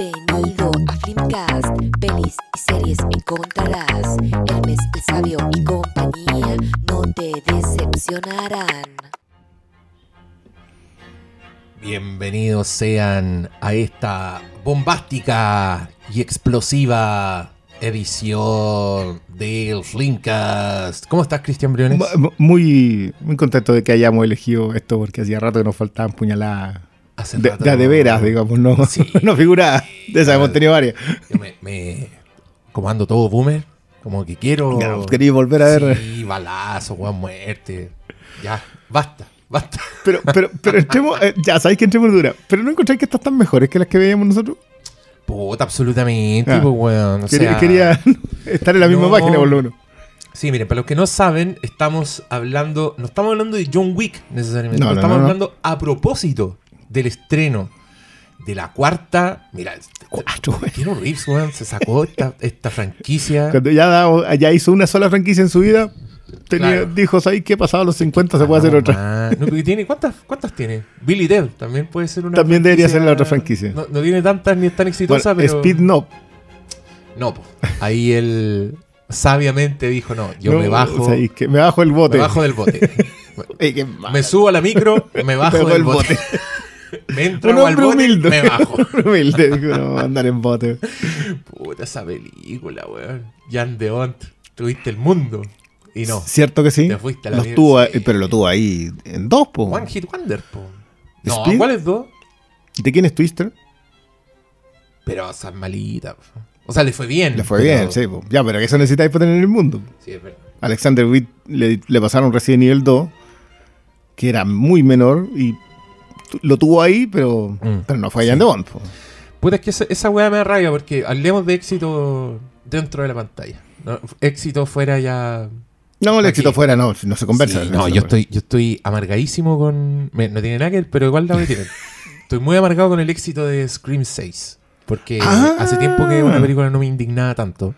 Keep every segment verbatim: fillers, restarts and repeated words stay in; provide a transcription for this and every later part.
Bienvenido a Filmcast, pelis y series encontrarás. Hermes el Sabio y compañía no te decepcionarán. Bienvenidos sean a esta bombástica y explosiva edición del Filmcast. ¿Cómo estás, Cristian Briones? Muy, muy contento de que hayamos elegido esto porque hacía rato que nos faltaban puñaladas. Hace De, rato de, de veras, digamos, no, Sí. no figuradas. De esas hemos tenido varias. Yo me, me como ando todo boomer, como que quiero. Ya, quería volver a ver. Sí, balazo, weón, muerte. Ya, basta, basta. Pero, pero, pero entremos, eh, ya sabéis que entremos dura. Pero no encontráis que estas están mejores que las que veíamos nosotros. Puta, absolutamente, Ah. pues, weón. O Quería, sea, quería estar en la misma no. página, por lo menos. Sí, miren, para los que no saben, estamos hablando, no estamos hablando de John Wick necesariamente, No, no, no, estamos no, no. hablando a propósito del estreno de la cuarta. Mira, Cuatro, güey. Keanu Reeves, weón, se sacó esta, esta franquicia. Cuando ya, da- ya hizo una sola franquicia en su vida, tenía, Claro. dijo, ¿sabéis qué? Pasado los cincuenta se puede hacer Vamos otra. más. No, porque tiene, ¿cuántas, ¿Cuántas tiene? Billy Dead también puede ser una También debería franquicia- ser la otra franquicia. No, no tiene tantas ni es tan exitosa, Bueno, pero... Speed no. No, pues, ahí él sabiamente dijo, no, yo No, me bajo, ¿sabéis qué? Me bajo el bote. me bajo del bote. Ey, qué Me mal. subo a la micro, me bajo Pegó del el bote. Me entro Un al hombre bote, humilde. me bajo. humilde, dijo, no, andar en bote. Puta, esa película, weón. Jan de Bont, tuviste el mundo. Y no, Cierto que sí. te fuiste a la Los mierda, tuvo, sí. pero lo tuvo ahí en dos, po. One Hit Wonder, po. No, ¿Speed? ¿cuál es dos? ¿De quién es Twister? Pero esa es malita, po. O sea, le fue bien. Le fue pero- bien, sí, po. Ya, pero que eso necesitáis para tener el mundo. Sí, es verdad. Alexander Witt le, le pasaron recién nivel dos, que era muy menor, y tu- lo tuvo ahí, pero, Mm. pero no fue Jan de Bont, po. Puta, es que esa, esa weá me da rabia porque hablemos de éxito dentro de la pantalla. ¿No? Éxito fuera ya. No, el Aquí. éxito fuera, no, no se conversa. Sí, el no, éxito yo fuera. estoy, yo estoy amargadísimo con. me- No tiene nada que ver, pero igual la voy a tirar. Estoy muy amargado con el éxito de Scream seis. Porque Ah. hace tiempo que una película no me indignaba tanto.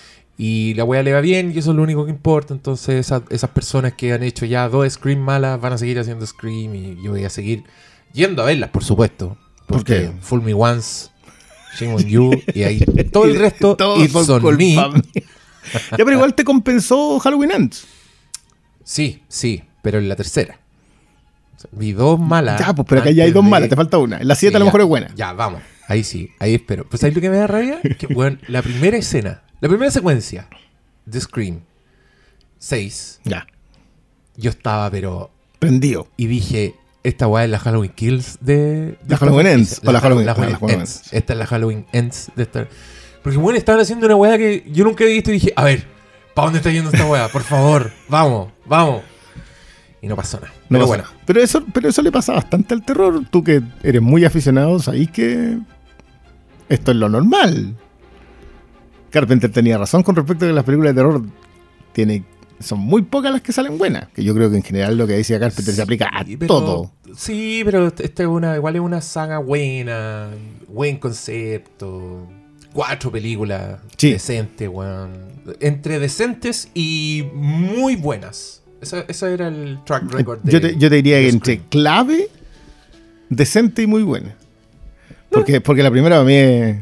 Y la weá le va bien y eso es lo único que importa. Entonces esas, esas personas que han hecho ya dos Scream malas van a seguir haciendo Scream. Y yo voy a seguir yendo a verlas, por supuesto. ¿Por Porque qué? Fool Me Once, Shame on You y ahí todo el resto Todo It's por on culpa Me. mía. Ya, pero igual te compensó Halloween Ends. Sí, sí, pero en la tercera. O sea, vi dos malas. Ya, pues, pero acá ya hay antes dos de- malas, te falta una. En la siete Sí, a lo ya, mejor es buena. Ya, vamos. Ahí sí, ahí espero. Pues ¿sabes lo que me da rabia? Que, bueno, la primera escena, la primera secuencia de Scream seis, Ya, yo estaba, pero. prendido. Y dije, esta weá es la Halloween Kills de. de La esta Halloween franquicia. Ends, o la Halloween- la ah, la Halloween Halloween Ends. Ends. Esta es la Halloween Ends de esta. Porque, bueno, estaban haciendo una weá que yo nunca había visto y dije, a ver, ¿para dónde está yendo esta weá? Por favor, vamos, vamos. Y no pasó nada. No Pero pasa bueno. nada. Pero eso, pero eso le pasa bastante al terror. Tú que eres muy aficionado, sabes que esto es lo normal. Carpenter tenía razón con respecto a que las películas de terror tiene, son muy pocas las que salen buenas. Que yo creo que en general lo que decía Carpenter se aplica a Sí, pero- todo. Sí, pero esta es una, igual es una saga buena, buen concepto, cuatro películas Sí. decentes, weón. Entre decentes y muy buenas. Ese ese era el track record de Yo te, yo te diría de que entre Scream. clave, decente y muy buena. Porque, porque la primera para mí es...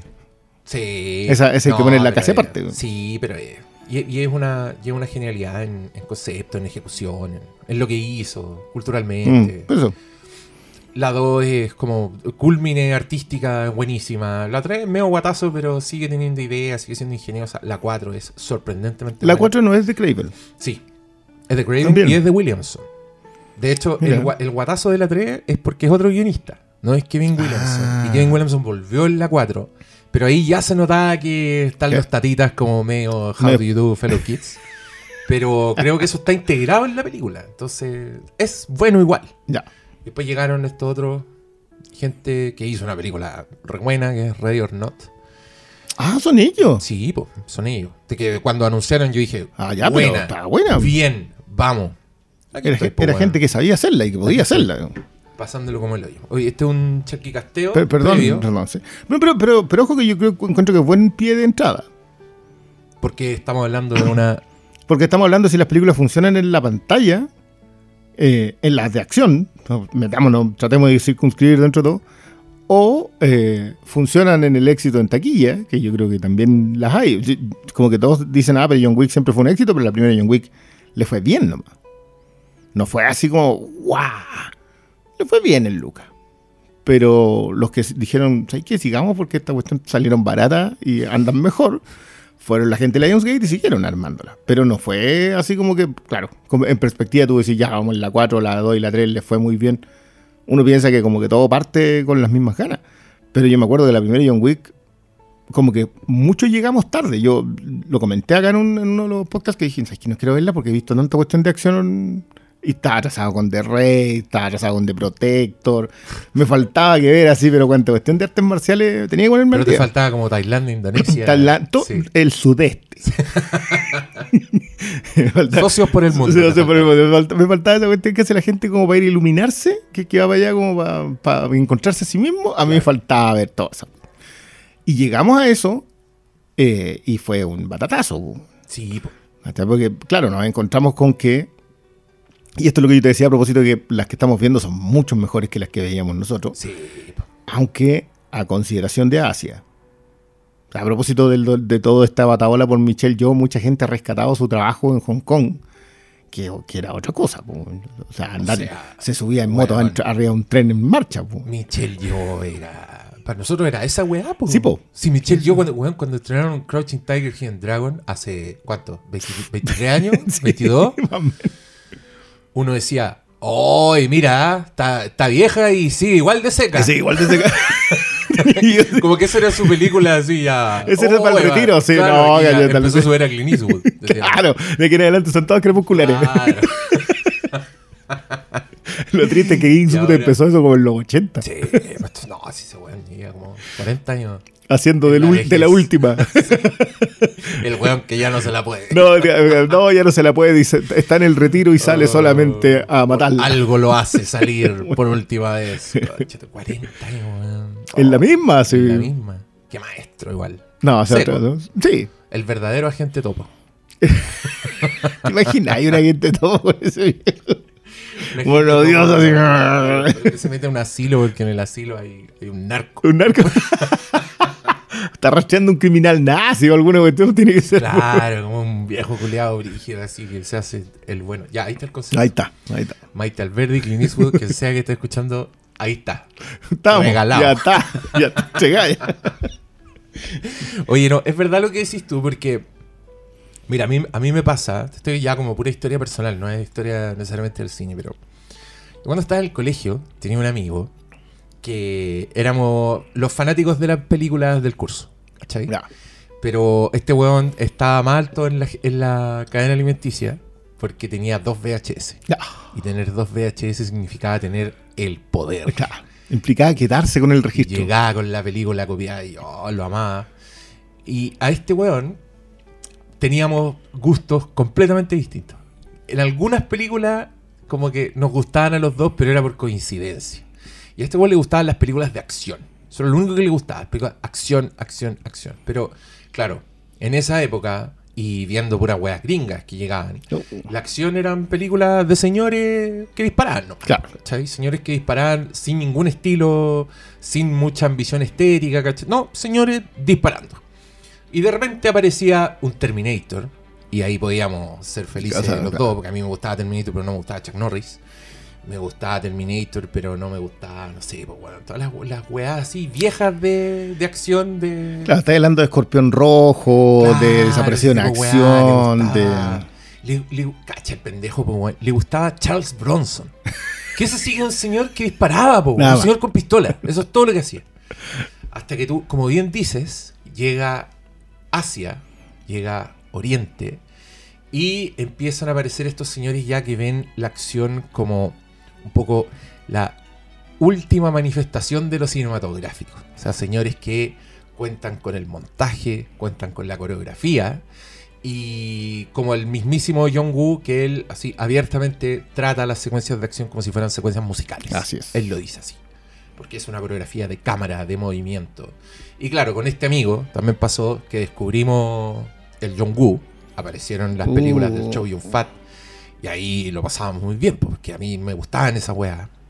Sí. Esa- esa hay que ponerla pero casi es- aparte, weón. Sí, pero es, y, y es una, y es una genialidad en, en concepto, en ejecución, en, en lo que hizo culturalmente. Mm, por eso. La dos es como culmine artística buenísima. La tres es medio guatazo, pero sigue teniendo ideas, sigue siendo ingeniosa. La cuatro es sorprendentemente La buena. cuatro no es de Craven. Sí. Es de Craven También. y es de Williamson. De hecho, Mira. el, gua- el guatazo de la tres es porque es otro guionista. No es Kevin Williamson. Ah. Y Kevin Williamson volvió en la cuatro. Pero ahí ya se notaba que están ¿Qué? los tatitas como medio How Me- do you do, fellow kids. Pero creo que eso está integrado en la película. Entonces, es bueno igual. Ya. Después llegaron estos otros gente que hizo una película re buena, que es Ready or Not. Ah, son ellos. Sí, pues, son ellos. De que cuando anunciaron yo dije, Ah, ya, pero buena, está buena. bien, vamos. Aquí Era, estoy, po, era weón, gente que sabía hacerla y que podía Aquí estoy. hacerla. pasándolo como el hoyo. Oye, este es un charquicasteo Per- perdón, previo, perdón, sí. Pero, pero, pero, pero ojo que yo creo, encuentro que es buen pie de entrada. porque estamos hablando de una... Porque estamos hablando si las películas funcionan en la pantalla, eh, en las de acción, no, metámonos, tratemos de circunscribir dentro de todo, o eh, funcionan en el éxito en taquilla, que yo creo que también las hay. Yo- Como que todos dicen, ah, pero John Wick siempre fue un éxito, pero la primera John Wick le fue bien nomás. No fue así como, ¡guau! Le fue bien el Lucas. Pero los que dijeron, ¿sabes qué? Sigamos porque esta cuestión salieron baratas y andan mejor, fueron la gente de Lionsgate y siguieron armándola. Pero no fue así como que, claro, como en perspectiva tú decís, ya vamos en la cuatro, la dos y la tres, les fue muy bien. Uno piensa que como que todo parte con las mismas ganas. Pero yo me acuerdo de la primera John Wick, como que muchos llegamos tarde. Yo lo comenté acá en, un- en uno de los podcasts que dije, ¿sabes qué? No quiero verla porque he visto tanta cuestión de acción y estaba atrasado con The Raid, estaba atrasado con The Protector. Me faltaba que ver así, pero cuánta cuestión de artes marciales tenía que ponerme Pero al te día. faltaba como Tailandia, Indonesia. Tailan- to- Sí. El sudeste. Me faltaba- Socios por el mundo. Sí, te no sé, por faltaba. el mundo. Me falta- me faltaba esa cuestión que hace la gente como para ir a iluminarse, que, que va para allá como para, para encontrarse a sí mismo. A mí me faltaba ver todo eso. Y llegamos a eso eh, y fue un batatazo. po. Sí, po. ¿Cachai? Porque, claro, nos encontramos con que, y esto es lo que yo te decía a propósito, que las que estamos viendo son mucho mejores que las que veíamos nosotros, Sí, po. aunque a consideración de Asia. A propósito del- de todo esta batabola por Michelle Yeoh, mucha gente ha rescatado su trabajo en Hong Kong, que, que era otra cosa. po. O sea, andar, sea, se subía en bueno, moto en- arriba de un tren en marcha. po. Michelle Yeoh era... Para nosotros era esa weá, po. Sí, po. Sí, Michelle Yeoh, cuando, weón, cuando estrenaron Crouching Tiger, Hidden Dragon, hace, ¿cuánto? ¿veinte, veintitrés años? Sí, ¿veintidós? más o menos. Uno decía, ¡ay, mira! Está, está vieja y sigue igual de seca. Sí, igual desde acá. Y yo- Como que esa era su película así ya. Ese era para el va. retiro, sí, Claro, no, y ya gallo, tal empezó vez. a subir a Clint Eastwood. Decía, Claro, de aquí en adelante son todas crepusculares. claro. Lo triste es que Eastwood ahora- empezó eso como en los ochenta, Sí, pues, no, así se weón, llega como cuarenta años. haciendo del La ul- de la vejez. última. El weón que ya no se la puede. No, ya- no, ya no se la puede, dice, está en el retiro y sale Oh, solamente a matarla. Algo lo hace salir por última vez. Conchete, cuarenta años, weón. Es la misma, sí. Es la misma. Qué maestro igual. No, o sea, Seco. ¿no? Sí. El verdadero agente topo. ¿Te imaginas? Hay una gente todo con ese viejo. Un Bueno, agente Dios, topo, así. que se mete a un asilo porque en el asilo hay, hay un narco. Un narco. Está rastreando un criminal nazi o alguna cuestión, tiene que ser. Claro, como un viejo culiado brígido así que se hace el bueno. Ya, ahí está el concepto. Ahí está, ahí está. Maite Alberdi, Clint Eastwood, que sea que esté escuchando, ahí está. Estamos, Regalado. ya está, ya está, llega ya. Oye, no, es verdad lo que decís tú, porque mira, a mí, a mí me pasa, esto es ya como pura historia personal, no es historia necesariamente del cine, pero cuando estaba en el colegio tenía un amigo que éramos los fanáticos de las películas del curso, ¿cachai? Ya. Pero este weón estaba más alto en la, en la cadena alimenticia porque tenía dos V H S. Ya. Y tener dos V H S significaba tener el poder. Claro. Implicaba quedarse con el Y registro. llegaba con la película copiada y yo lo amaba. Y a este weón teníamos gustos completamente distintos. En algunas películas como que nos gustaban a los dos, pero era por coincidencia. Y a este weón le gustaban las películas de acción. Eso era lo único que le gustaba. Películas, acción, acción, acción. Pero, claro, en esa época, y viendo puras weas gringas que llegaban, No. la acción eran películas de señores que disparaban, ¿no? Claro. ¿Cachai? Señores que disparaban sin ningún estilo, sin mucha ambición estética, ¿cachai? No, señores disparando. Y de repente aparecía un Terminator, y ahí podíamos ser felices O sea, los claro. dos, porque a mí me gustaba Terminator, pero no me gustaba Chuck Norris. Me gustaba Terminator, pero no me gustaba, no sé, pues bueno, todas las, las weas así viejas de, de acción, de... Claro, está hablando de Escorpión Rojo, de Claro, Desaparecido en ese tipo de Acción, weá, le de... gustaba. Le, le- cacha el pendejo, po, weón. Le gustaba Charles Bronson. Que ese sí que era un señor que disparaba, po, Nada un más. señor con pistola. Eso es todo lo que hacía. Hasta que tú, como bien dices, llega Asia, llega Oriente, y empiezan a aparecer estos señores ya que ven la acción como un poco la última manifestación de lo cinematográfico. O sea, señores que cuentan con el montaje, cuentan con la coreografía, y como el mismísimo John Woo, que él así abiertamente trata las secuencias de acción como si fueran secuencias musicales. Así es. Él lo dice así, porque es una coreografía de cámara, de movimiento. Y claro, con este amigo también pasó que descubrimos el John Woo, aparecieron las películas Uh. del Chow Yun Fat, y ahí lo pasábamos muy bien, porque a mí me gustaban esas weas.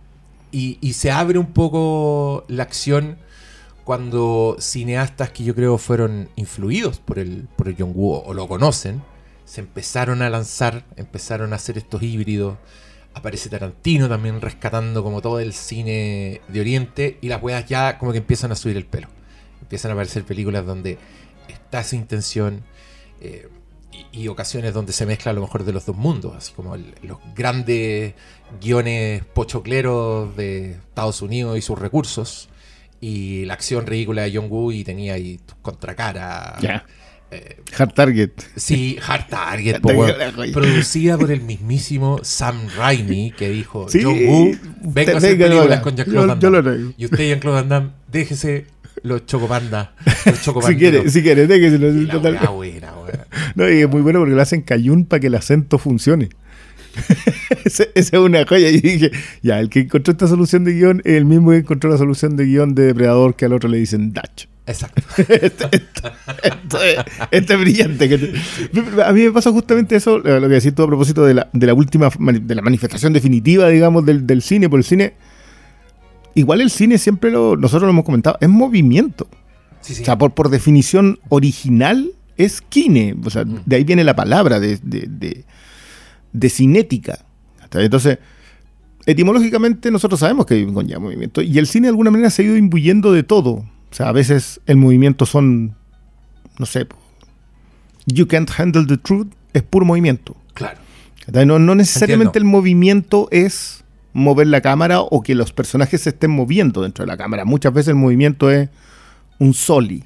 y, y se abre un poco la acción cuando cineastas que yo creo fueron influidos por el, por el Jong-woo o lo conocen, se empezaron a lanzar, empezaron a hacer estos híbridos. Aparece Tarantino también rescatando como todo el cine de Oriente, y las weas ya como que empiezan a subir el pelo. Empiezan a aparecer películas donde está esa intención, eh, y, y ocasiones donde se mezcla lo mejor de los dos mundos, así como el, los grandes guiones pochocleros de Estados Unidos y sus recursos, y la acción ridícula de Jong-woo, y tenía ahí contracara. Ya. Eh, Hard Target. Sí, Hard Target, po, bueno, producida por el mismísimo Sam Raimi, que dijo: sí, Jong-woo, venga a hacer venga, películas no, con Jean-Claude Van yo, yo Damme. lo traigo. Y usted, Jean-Claude Van Damme, déjese los chocopandas. Los Si quiere, si quiere, déjese. Y la Total. weá buena, weá. No, y es muy bueno porque lo hacen cayún para que el acento funcione. Esa es una joya. Y dije, ya, el que encontró esta solución de guión es el mismo que encontró la solución de guión de Depredador, que al otro le dicen Dutch. Exacto. Este, esto, esto es, esto es brillante. Que- A mí me pasa justamente eso, lo que decís tú a propósito de la, de la última, mani- de la manifestación definitiva, digamos, del, del cine. Por el cine, igual el cine siempre lo, nosotros lo hemos comentado, es movimiento. Sí, sí. O sea, por, por definición original es kine. O sea, Mm. de ahí viene la palabra de, de, de, de cinética. Entonces, etimológicamente nosotros sabemos que conlleva movimiento. Y el cine de alguna manera se ha ido imbuyendo de todo. O sea, a veces el movimiento son, no sé, You Can't Handle the Truth es puro movimiento. Claro. No, no necesariamente Entiendo. el movimiento es mover la cámara o que los personajes se estén moviendo dentro de la cámara. Muchas veces el movimiento es un soli.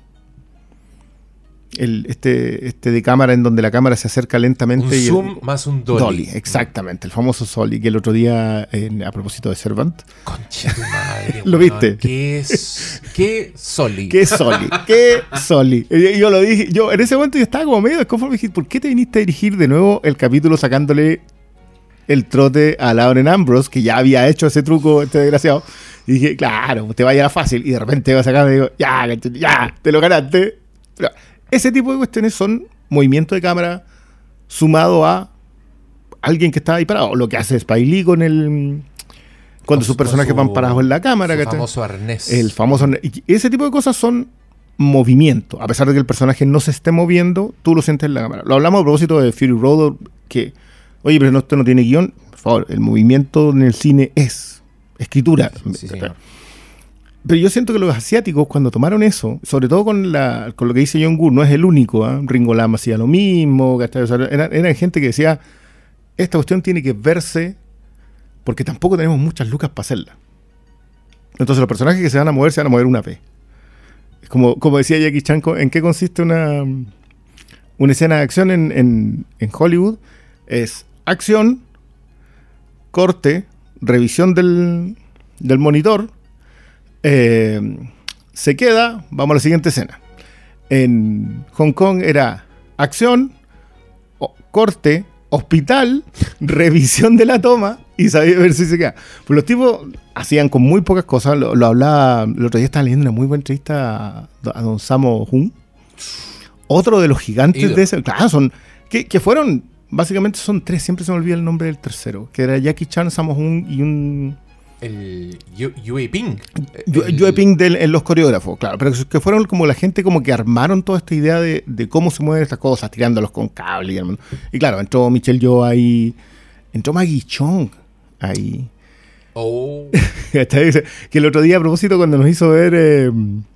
El, este, este de cámara en donde la cámara se acerca lentamente. Un y el- zoom más un dolly. Dolly, exactamente, el famoso Soli, que el otro día, en- a propósito de Servant, Concha tu madre. ¿Lo weón. viste? ¿Qué es? ¿Qué Soli? ¿qué Soli? ¿Qué Soli? Y yo lo dije, yo en ese momento yo estaba como medio desconforme, dije, ¿por qué te viniste a dirigir de nuevo el capítulo sacándole el trote a Lauren Ambrose, que ya había hecho ese truco, este desgraciado? Y dije, claro, te vaya fácil, y de repente va a sacar y digo, ya, ya, te lo ganaste. Pero ese tipo de cuestiones son movimiento de cámara sumado a alguien que está ahí parado. Lo que hace Spike Lee con el... Cuando Con sus su- personajes con su- van parados en la cámara. Su ¿cachai? famoso arnés. El famoso... y ese tipo de cosas son movimiento. A pesar de que el personaje no se esté moviendo, tú lo sientes en la cámara. Lo hablamos a propósito de Fury Road, que, oye, pero no, esto no tiene guión. Por favor, el movimiento en el cine es escritura. Sí, sí, pero, no. pero yo siento que los asiáticos, cuando tomaron eso, sobre todo con, la, con lo que dice Jong-Woo, no es el único. ¿eh? Ringo Lam hacía lo mismo. ¿cachai? O sea, era, era gente que decía, esta cuestión tiene que verse porque tampoco tenemos muchas lucas para hacerla. Entonces los personajes que se van a mover se van a mover una vez. Es como, como decía Jackie Chan, ¿en qué consiste una, una escena de acción en, en, en Hollywood? Es acción, corte, revisión del, del monitor, eh, se queda, vamos a la siguiente escena. En Hong Kong era acción, o- corte, hospital, revisión de la toma y sabía ver si se queda. Pues los tipos hacían con muy pocas cosas. Lo, lo hablaba, el otro día estaba leyendo una muy buena entrevista a, a don Sammo Hung, otro de los gigantes Ídolo. de ese. Claro, son que, que fueron, básicamente son tres, siempre se me olvida el nombre del tercero, que era Jackie Chan, Sammo Hung y un El Yu- Yue Ping. Yue El- Yue Ping del- en los coreógrafos, claro, pero que fueron como la gente como que armaron toda esta idea de, de cómo se mueven estas cosas, tirándolos con cable y, armando. Y claro, entró Michelle Yeoh ahí, entró Maggie Chong ahí. Oh, Hasta dice que el otro día, a propósito, cuando nos hizo ver eh,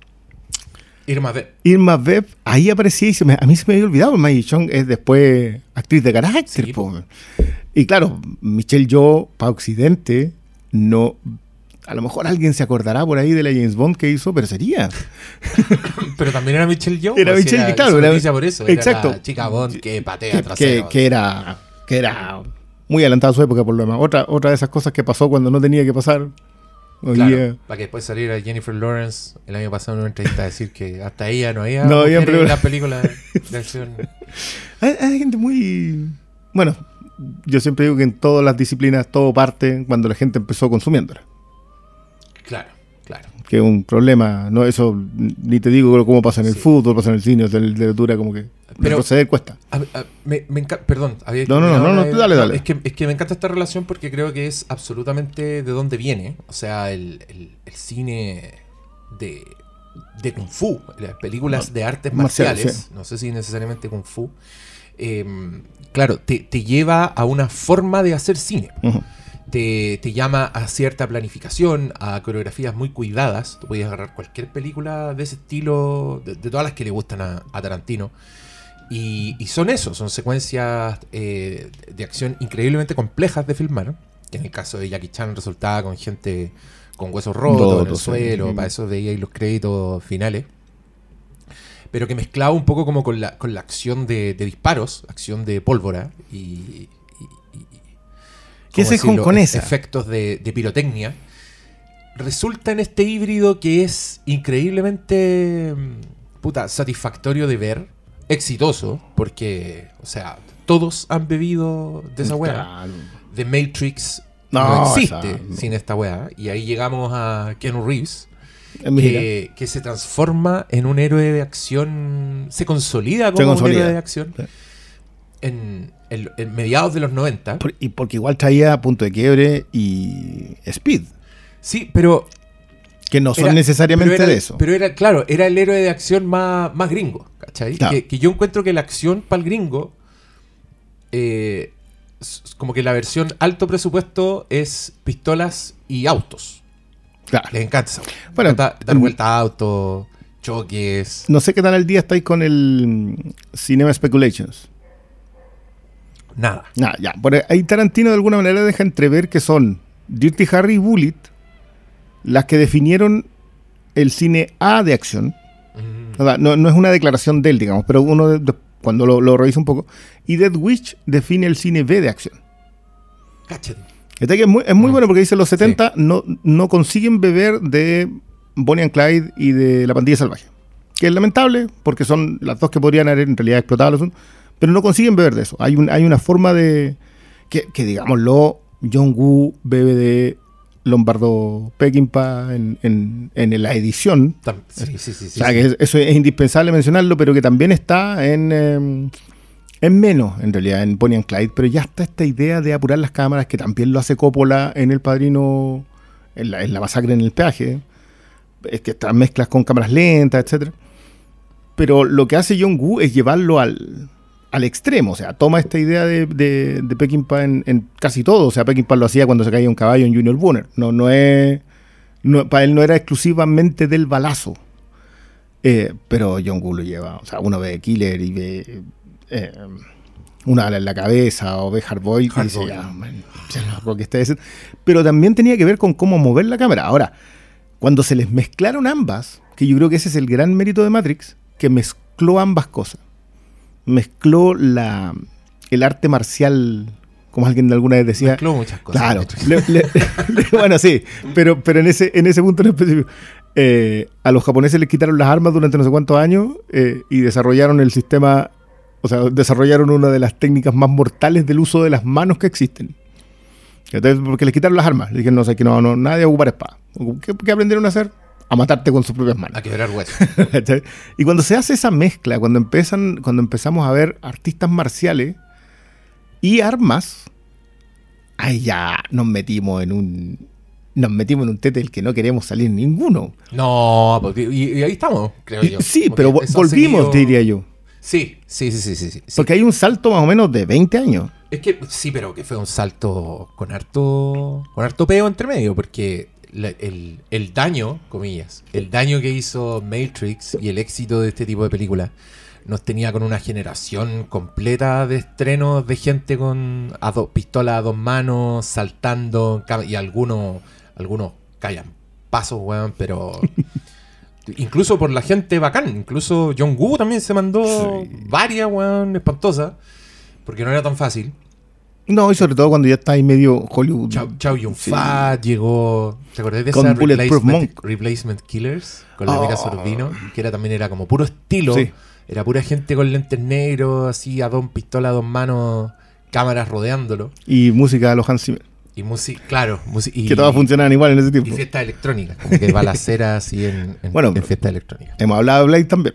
Irma Vep. Irma Vep, ahí aparecía y se me- a mí se me había olvidado, Maggie Chong es después actriz de carácter. Sí, po. Y claro, Michelle Yeoh para Occidente, no... A lo mejor alguien se acordará por ahí de la James Bond que hizo, pero sería. Pero también era Michelle Yeoh. Era pues, Michelle, era- claro, hizo era- noticia por eso. exacto. Era la chica Bond que patea que, que, trasero. que era que era muy adelantada a su época por lo demás. Otra, otra de esas cosas que pasó cuando no tenía que pasar. Hoy Claro, día- para que después saliera Jennifer Lawrence el año pasado en una entrevista a decir que hasta ella no había No había mujeres en película. la película de acción. hay, hay gente muy... Bueno, yo siempre digo que en todas las disciplinas todo parte cuando la gente empezó consumiéndola. Claro, claro. que es un problema. No, eso ni te digo cómo pasa en el Sí. fútbol, pasa en el cine, en la literatura, como que Pero- retroceder cuesta. A- a- me, me encanta, perdón. había No, no, no, terminado no, la- no, dale, dale. Es que, es que me encanta esta relación porque creo que es absolutamente de dónde viene. O sea, el, el- el cine de, de Kung Fu, las películas No, de artes marciales, marciales, no sé si necesariamente Kung Fu, eh, claro, te, te lleva a una forma de hacer cine. Ujú. Te, te llama a cierta planificación, a coreografías muy cuidadas. Tú podías agarrar cualquier película de ese estilo, de, de todas las que le gustan a, a Tarantino. Y, y son eso, son secuencias eh, de acción increíblemente complejas de filmar. Que en el caso de Jackie Chan resultaba con gente con huesos rotos en el Rotos, sí. suelo, para eso veía ahí los créditos finales. Pero que mezclaba un poco como con la, con la acción de, de disparos, acción de pólvora y... y- y- ¿Qué ¿cómo haces con- decirlo? con E- esa? Efectos de, de pirotecnia. Resulta en este híbrido que es increíblemente mm, puta, satisfactorio de ver, exitoso, porque, o sea, todos han bebido de esa weá. Claro. The Matrix No, no, existe esa, no. sin esta weá. Y ahí llegamos a Keanu Reeves, Eh, mira, que, que se transforma en un héroe de acción, se consolida como Se un consolida. héroe de acción Sí. en, en- en mediados de los noventa. por- y porque igual traía Punto de Quiebre y Speed, Sí, pero que no son Era- necesariamente pero era- de eso. Pero era, claro, era el héroe de acción más, más gringo, ¿cachai? Claro. Que, que yo encuentro que la acción para el gringo, eh, s- como que la versión alto presupuesto es pistolas y autos. Claro. Les encanta eso. Bueno, dar, dar mm, vuelta a autos, choques. No sé qué tal el día estáis con el mm, Cinema Speculations. Nada. Nah, ya. Por ahí Tarantino de alguna manera deja entrever que son Dirty Harry y Bullet las que definieron el cine A de acción. Mm. O sea, no, no es una declaración de él, digamos, pero uno de- de- cuando lo, lo revisa un poco. Y Dead Witch define el cine B de acción. Cáchate. Este que es muy, es muy Mm. bueno porque dice los setenta no, no consiguen beber de Bonnie and Clyde y de La Pandilla Salvaje. Que es lamentable porque son las dos que podrían haber en realidad explotado los unos, pero no consiguen beber de eso. Hay, un, hay una forma de que, que digámoslo, John Woo bebe de Lombardo Peckinpah en, en, en la edición. Tam- Sí, sí, sí. sí, O sea, sí. que es- eso es indispensable mencionarlo, pero que también está en, eh, en menos, en realidad, en Bonnie and Clyde. Pero ya está esta idea de apurar las cámaras, que también lo hace Coppola en El Padrino, en la, en la masacre en el peaje. Es que estas mezclas con cámaras lentas, etcétera. Pero lo que hace John Woo es llevarlo al, al extremo. O sea, toma esta idea de, de, de Peckinpah en, en casi todo. O sea, Peckinpah lo hacía cuando se caía un caballo en Junior Booner. No, no es... No, para él no era exclusivamente del balazo. Eh, pero John Woo lo lleva. O sea, uno ve Killer y ve eh, una bala en la cabeza o ve Hardboiled y dice, Hardboiled. ya, man, ya no, lo que está diciendo. Pero también tenía que ver con cómo mover la cámara. Ahora, cuando se les mezclaron ambas, que yo creo que ese es el gran mérito de Matrix, que mezcló ambas cosas. Mezcló la, el arte marcial, como alguien alguna vez decía. Mezcló muchas cosas. Claro. Matrix. Le- le- le- bueno, sí, pero, pero en, ese, en ese punto en específico. eh, a los japoneses les quitaron las armas durante no sé cuántos años eh, y desarrollaron el sistema, o sea, desarrollaron una de las técnicas más mortales del uso de las manos que existen. Entonces, porque les quitaron las armas. Le dijeron, no sé, que no, no, nadie a ocupar espada. ¿Qué, qué aprendieron a hacer? A matarte con sus propias manos. A quebrar huesos. ¿Cachai? Y cuando se hace esa mezcla, cuando empiezan, cuando empezamos a ver artistas marciales y armas, ahí ya nos metimos en un nos metimos en un tete del que no queremos salir ninguno. No, porque- y, y ahí estamos, creo yo. Sí, Como pero que vo- eso ha volvimos, seguido- diría yo. Sí, sí, sí, sí, sí, sí. Porque hay un salto más o menos de veinte años. Es que sí, pero que fue un salto con harto con harto peo entre medio, porque la- el, el daño, comillas, el daño que hizo Matrix y el éxito de este tipo de películas nos tenía con una generación completa de estrenos de gente con a dos pistolas a dos manos, saltando, ca- y algunos, algunos callan pasos, weón, pero incluso por la gente bacán, incluso John Woo también se mandó Sí. varias, weón, espantosas, porque no era tan fácil. No, y sobre todo cuando ya está ahí medio Hollywood. Chao, Chao Yun Sí. Fat llegó. ¿Te acordás de Con esa Bulletproof replacement, Monk. replacement Killers? Con la Oh. Mira Sorvino, que era también era como puro estilo. Sí. Era pura gente con lentes negros, así a dos pistolas, a dos manos, cámaras rodeándolo. Y música a los Hans Zimmer. Y música, claro. Musi- y, que todas funcionaban igual en ese y tiempo. fiestas electrónicas, como que balacera así en, en, Bueno, en fiestas electrónicas. Hemos hablado de Blade también.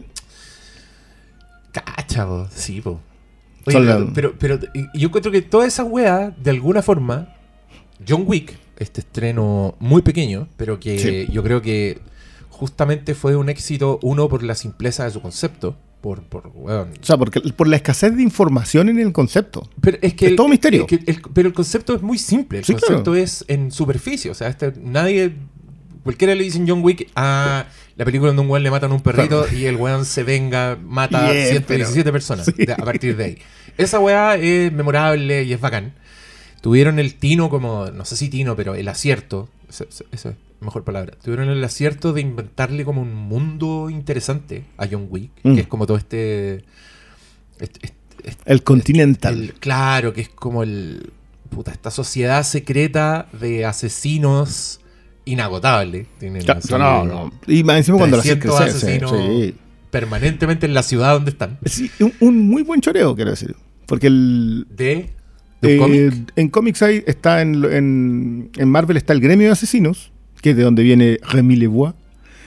Cacha, po, sí, po. Oye, Son pero, la- pero, pero y- yo encuentro que toda esa weá, de alguna forma, John Wick, este estreno muy pequeño, pero que Sí. yo creo que justamente fue un éxito, uno, por la simpleza de su concepto, por, por weón. O sea, porque, por la escasez de información en el concepto. Pero es que Es el- todo misterio. es que el- pero el concepto es muy simple. El Sí, concepto claro. es en superficie. O sea, este, nadie. Cualquiera le dicen John Wick a la película donde un weón le matan a un perrito y el weón se venga, mata Yeah, a ciento diecisiete personas sí. de- a partir de ahí. Esa weá es memorable y es bacán. Tuvieron el tino como, no sé si tino, pero el acierto. Esa es mejor palabra. Tuvieron el acierto de inventarle como un mundo interesante a John Wick, Mm. que es como todo este. este- este- este- El Continental. el- claro, que es como el. Puta, esta sociedad secreta de asesinos inagotable. Tienen Claro, así no, no. Y más encima cuando lo hacen trescientos crecer. sí, asesinos sí. permanentemente en la ciudad donde están. Sí, un, un muy buen choreo, quiero decir. Porque el. De. de un eh, cómic. en cómics hay, está en, en, en Marvel está el gremio de asesinos, que es de donde viene Remy Lebois.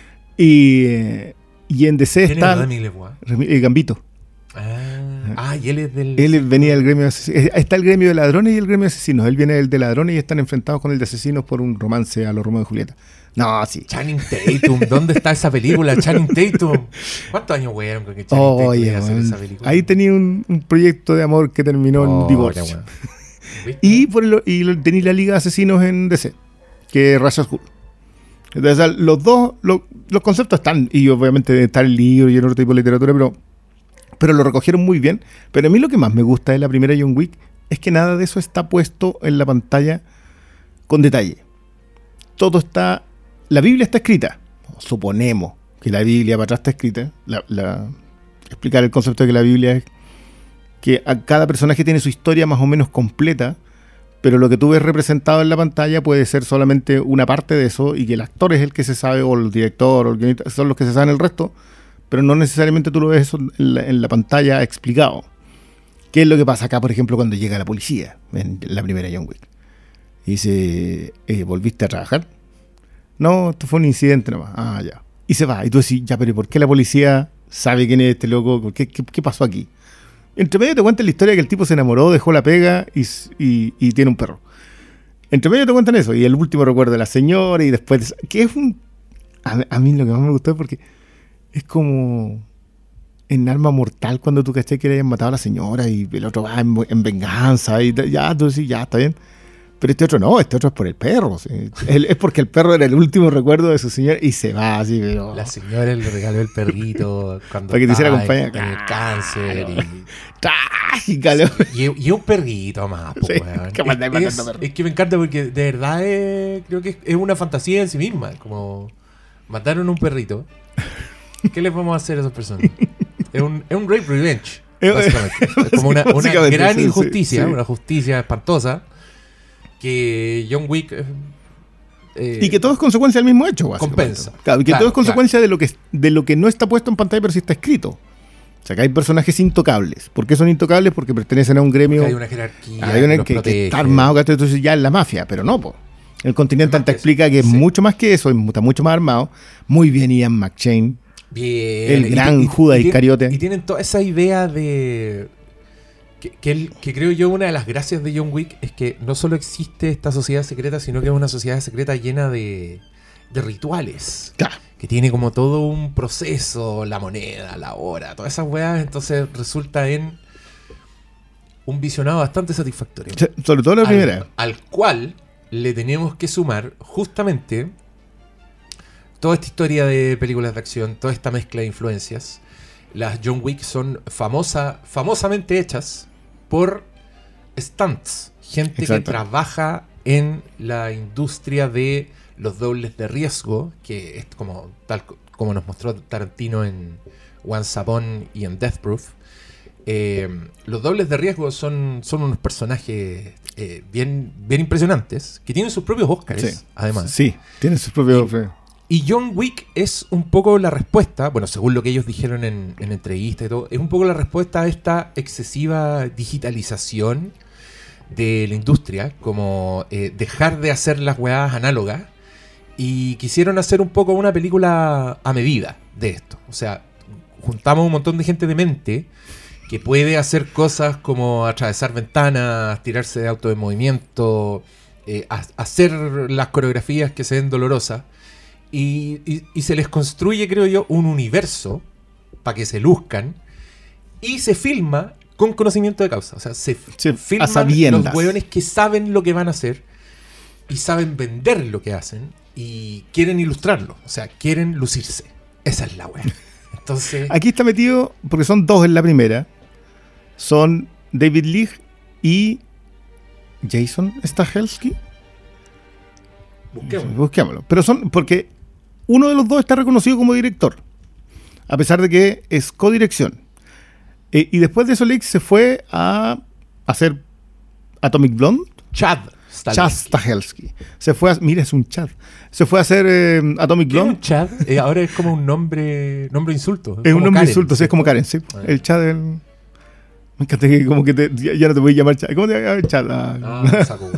Y, eh, y en D C ¿Quién es está Remy Lebois? Remy- el Gambito. Ah, ah, y él es del. Él venía del gremio de asesinos. Eh, Está el gremio de ladrones y el gremio de asesinos. Él viene del de ladrones y están enfrentados con el de asesinos por un romance a los Romeo y Julieta. No, sí. Channing Tatum. ¿Dónde está esa película? Channing Tatum. ¿Cuántos años weón con que Channing Tatum Oye, iba a hacer weón. esa película? Ahí tenía un, un proyecto de amor que terminó en Oh, divorcio. ya, weón. ¿Viste? Y, por el, y lo- tenía la Liga de Asesinos en D C, que es Ra's al Ghul. Entonces, o sea, los dos, lo- los conceptos están, y obviamente está el libro y en otro tipo de literatura, pero, pero lo recogieron muy bien. Pero a mí lo que más me gusta de la primera John Wick es que nada de eso está puesto en la pantalla con detalle. Todo está... La Biblia está escrita. Suponemos que la Biblia para atrás está escrita. La, la- explicar el concepto de que la Biblia es que a cada personaje tiene su historia más o menos completa, pero lo que tú ves representado en la pantalla puede ser solamente una parte de eso y que el actor es el que se sabe, o el director, o el guionista, son los que se saben el resto, pero no necesariamente tú lo ves eso en la, en la pantalla explicado. ¿Qué es lo que pasa acá, por ejemplo, cuando llega la policía en la primera John Wick? Y dice, eh, ¿volviste a trabajar? No, esto fue un incidente nomás. Ah, ya. Y se va. Y tú decís, ya, pero ¿por qué la policía sabe quién es este loco? ¿Qué, qué, qué pasó aquí? Entre medio te cuentan la historia que el tipo se enamoró, dejó la pega y, y, y tiene un perro. Entre medio te cuentan eso. Y el último recuerdo de la señora y después... Que es un... A, a mí lo que más me gustó es porque es como... En Arma Mortal cuando tú caché que le hayan matado a la señora y el otro va en, en venganza y ya, tú decís, ya, está bien. Pero este otro no, este otro es por el perro. ¿Sí? Es, es porque el perro era el último recuerdo de su señora y se va así, pero... La señora le regaló el perrito cuando Para que te hiciera estaba en- compañía. en el cáncer. Trágica, loco. Y, y, y un perrito más, po, Sí, weón. que mandáis es, matando perros. es que me encanta porque de verdad es- creo que es, es una fantasía en sí misma. Como mataron un perrito. ¿Qué les vamos a hacer a esas personas? Es un, es un rape revenge. Eh, Básicamente. Es como una, una básicamente, gran sí, sí, injusticia, sí. una justicia espantosa. Que John Wick. eh, eh, Y que todo es consecuencia del mismo hecho, básicamente. Compensa. Claro, y que Claro, todo es consecuencia de, lo que, de lo que no está puesto en pantalla, pero sí está escrito. O sea, que hay personajes intocables. ¿Por qué son intocables? Porque pertenecen a un gremio. hay una jerarquía. Hay una los que, que protege. está armado, que entonces ya es la mafia, pero no, po. El Continental Más te que explica eso, que es sí. mucho más que eso, está mucho más armado. Muy bien Ian McShane. Bien. El Y- gran y- Judas y tienen- Iscariote. Y tienen toda esa idea de. Que, que, el- que creo yo una de las gracias de John Wick es que no solo existe esta sociedad secreta, sino que es una sociedad secreta llena de, de rituales. Claro. Que tiene como todo un proceso, la moneda, la hora, todas esas weas. Entonces resulta en un visionado bastante satisfactorio. O sea, sobre todo la al, primera. al cual le tenemos que sumar justamente toda esta historia de películas de acción, toda esta mezcla de influencias. Las John Wick son famosa, famosamente hechas por stunts, gente Exacto. que trabaja en la industria de los dobles de riesgo, que es como tal co- como nos mostró Tarantino en Once Upon y en Death Proof. Eh, los dobles de riesgo son, son unos personajes eh, bien, bien impresionantes, que tienen sus propios Oscars, Sí. además. Sí, tiene sus propios. Y John Wick es un poco la respuesta, bueno, según lo que ellos dijeron en, en entrevistas y todo, es un poco la respuesta a esta excesiva digitalización de la industria, como eh, dejar de hacer las weas análogas, y quisieron hacer un poco una película a medida de esto. O sea, juntamos un montón de gente de mente que puede hacer cosas como atravesar ventanas, tirarse de auto de movimiento, eh, a, hacer las coreografías que se ven dolorosas, y, y, y se les construye, creo yo, un universo para que se luzcan, y se filma con conocimiento de causa. O sea, se, se filman los hueones que saben lo que van a hacer y saben vender lo que hacen y quieren ilustrarlo. O sea, quieren lucirse. Esa es la wea. Entonces, aquí está metido, porque son dos en la primera. Son David Leigh y Jason Stahelski. Busquémoslo. Busquémoslo. Pero son, porque uno de los dos está reconocido como director, a pesar de que es codirección. Eh, y después de eso, Leigh se fue a hacer Atomic Blonde. Chad Stahelski. Chad Stahelski. Se fue a, mira, es un Chad. Se fue a hacer eh, Atomic Blonde. Un Chad? Eh, ahora es como un nombre nombre insulto. Es, es un nombre Karen, insulto, sí, es como Karen, sí. Ah. El Chad, el... me encanta que como que te, ya, ya no te voy a llamar Chad. ¿Cómo te llamas Chad? Ah, ah saco,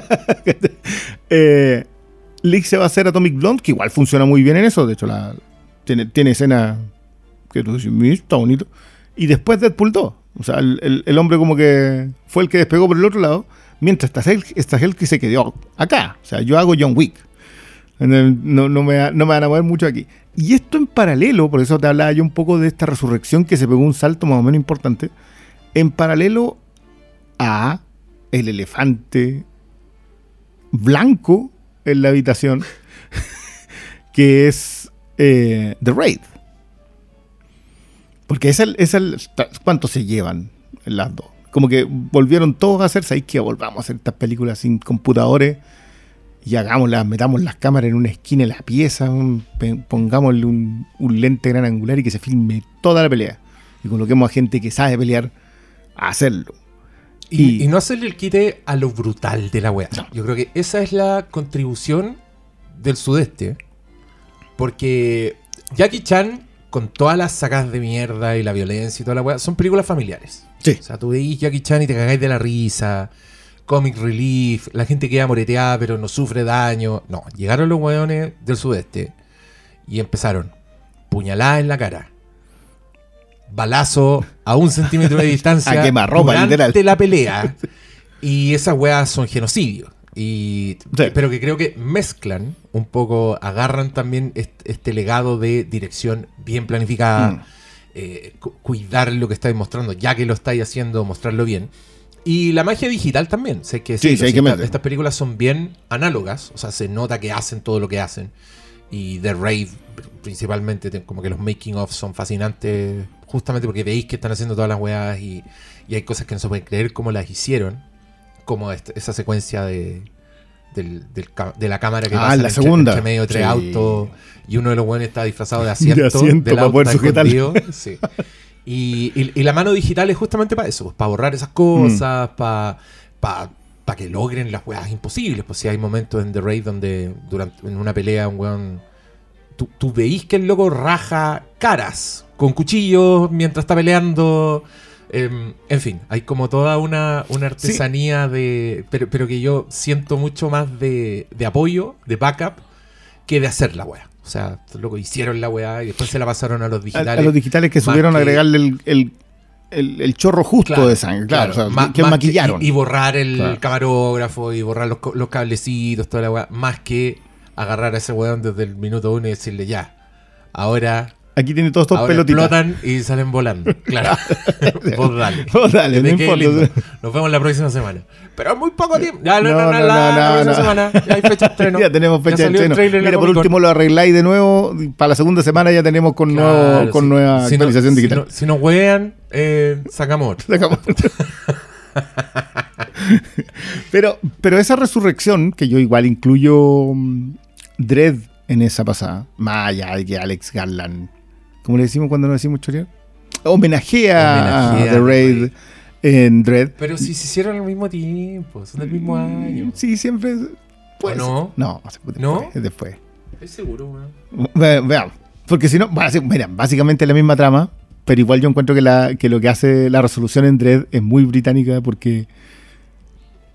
eh, Leigh se va a hacer Atomic Blonde, que igual funciona muy bien en eso. De hecho, la, tiene, tiene escena que tú dices, mira, está bonito. Y después Deadpool dos. O sea, el, el, el hombre como que fue el que despegó por el otro lado, mientras Stahelski se quedó acá. O sea, yo hago John Wick. No, no, me, no me van a mover mucho aquí. Y esto en paralelo, por eso te hablaba yo un poco de esta resurrección que se pegó un salto más o menos importante, en paralelo a el elefante blanco en la habitación, que es eh, The Raid. Porque es el, es el... ¿Cuánto se llevan las dos? Como que volvieron todos a hacer, ¿sabéis que volvamos a hacer estas películas sin computadores? Y hagámoslas, metamos las cámaras en una esquina de la pieza, un, pongámosle un, un lente gran angular y que se filme toda la pelea. Y coloquemos a gente que sabe pelear a hacerlo. Y, y, y no hacerle el quite a lo brutal de la wea. No. Yo creo que esa es la contribución del sudeste. Porque Jackie Chan, con todas las sacas de mierda y la violencia y toda la weá, son películas familiares. Sí. O sea, tú veis Jackie Chan y te cagáis de la risa, comic relief, la gente queda moreteada pero no sufre daño. No, llegaron los weones del sudeste y empezaron puñalada en la cara, balazo a un centímetro de distancia a quemarropa, durante literal. la pelea. Y esas weas son genocidios. Y, sí. Pero que creo que mezclan un poco, agarran también este, este legado de dirección bien planificada, mm. eh, cu- cuidar lo que estáis mostrando, ya que lo estáis haciendo, mostrarlo bien. Y la magia digital también. Sé que, sí, sí, hay que esta, estas películas son bien análogas, o sea, se nota que hacen todo lo que hacen. Y The Raid, principalmente, como que los making of son fascinantes, justamente porque veis que están haciendo todas las weas y, y hay cosas que no se pueden creer cómo las hicieron. Como esta, esa secuencia de, del, del, de la cámara que ah, pasa la entre, segunda. entre medio de tres sí. autos y uno de los buenos está disfrazado de asiento, de asiento para poder sujetarlo. Sí. Y, y, y la mano digital es justamente para eso, pues, para borrar esas cosas, mm. para pa, pa que logren las weas imposibles. Pues si hay momentos en The Raid donde durante en una pelea un weón, tú, tú veís que el loco raja caras con cuchillos mientras está peleando. Eh, en fin, hay como toda una, una artesanía sí. de pero, pero que yo siento mucho más de, de apoyo, de backup, que de hacer la wea. O sea, luego hicieron la weá y después se la pasaron a los digitales. A, a los digitales que supieron que... agregarle el, el, el, el chorro justo claro, de sangre, claro, claro. O sea, Ma, que maquillaron. Que, y, y borrar el claro. camarógrafo y borrar los, los cablecitos, toda la weá, más que agarrar a ese weón desde el minuto uno y decirle ya, ahora... Aquí tiene todos estos ahora pelotitas. Explotan y salen volando. Claro. Vos dale. Vos dale, no importa. Nos vemos la próxima semana. Pero es muy poco tiempo. Ya, no, no, no, no, no, la, no, la próxima no. semana. Ya hay fecha de estreno. Ya tenemos fecha de estreno. Mira, por último lo arregláis de nuevo. Para la segunda semana ya tenemos con, claro, nuevo, con si, nueva si actualización no, digital. Si, no, si nos huean, eh, sacamos otro. Sacamos otro. pero, pero esa resurrección, que yo igual incluyo um, Dredd en esa pasada, más allá de que Alex Garland, ¿cómo le decimos cuando nos decimos chorear? Homenajea, Homenajea a The Raid en Dredd. Pero si se hicieron al mismo tiempo, son del mismo año. Sí, siempre. Pues, no? No, después. ¿No? Después. Estoy seguro, weón. Ve, veamos. Porque si no, mira, básicamente la misma trama, pero igual yo encuentro que, la, que lo que hace la resolución en Dredd es muy británica porque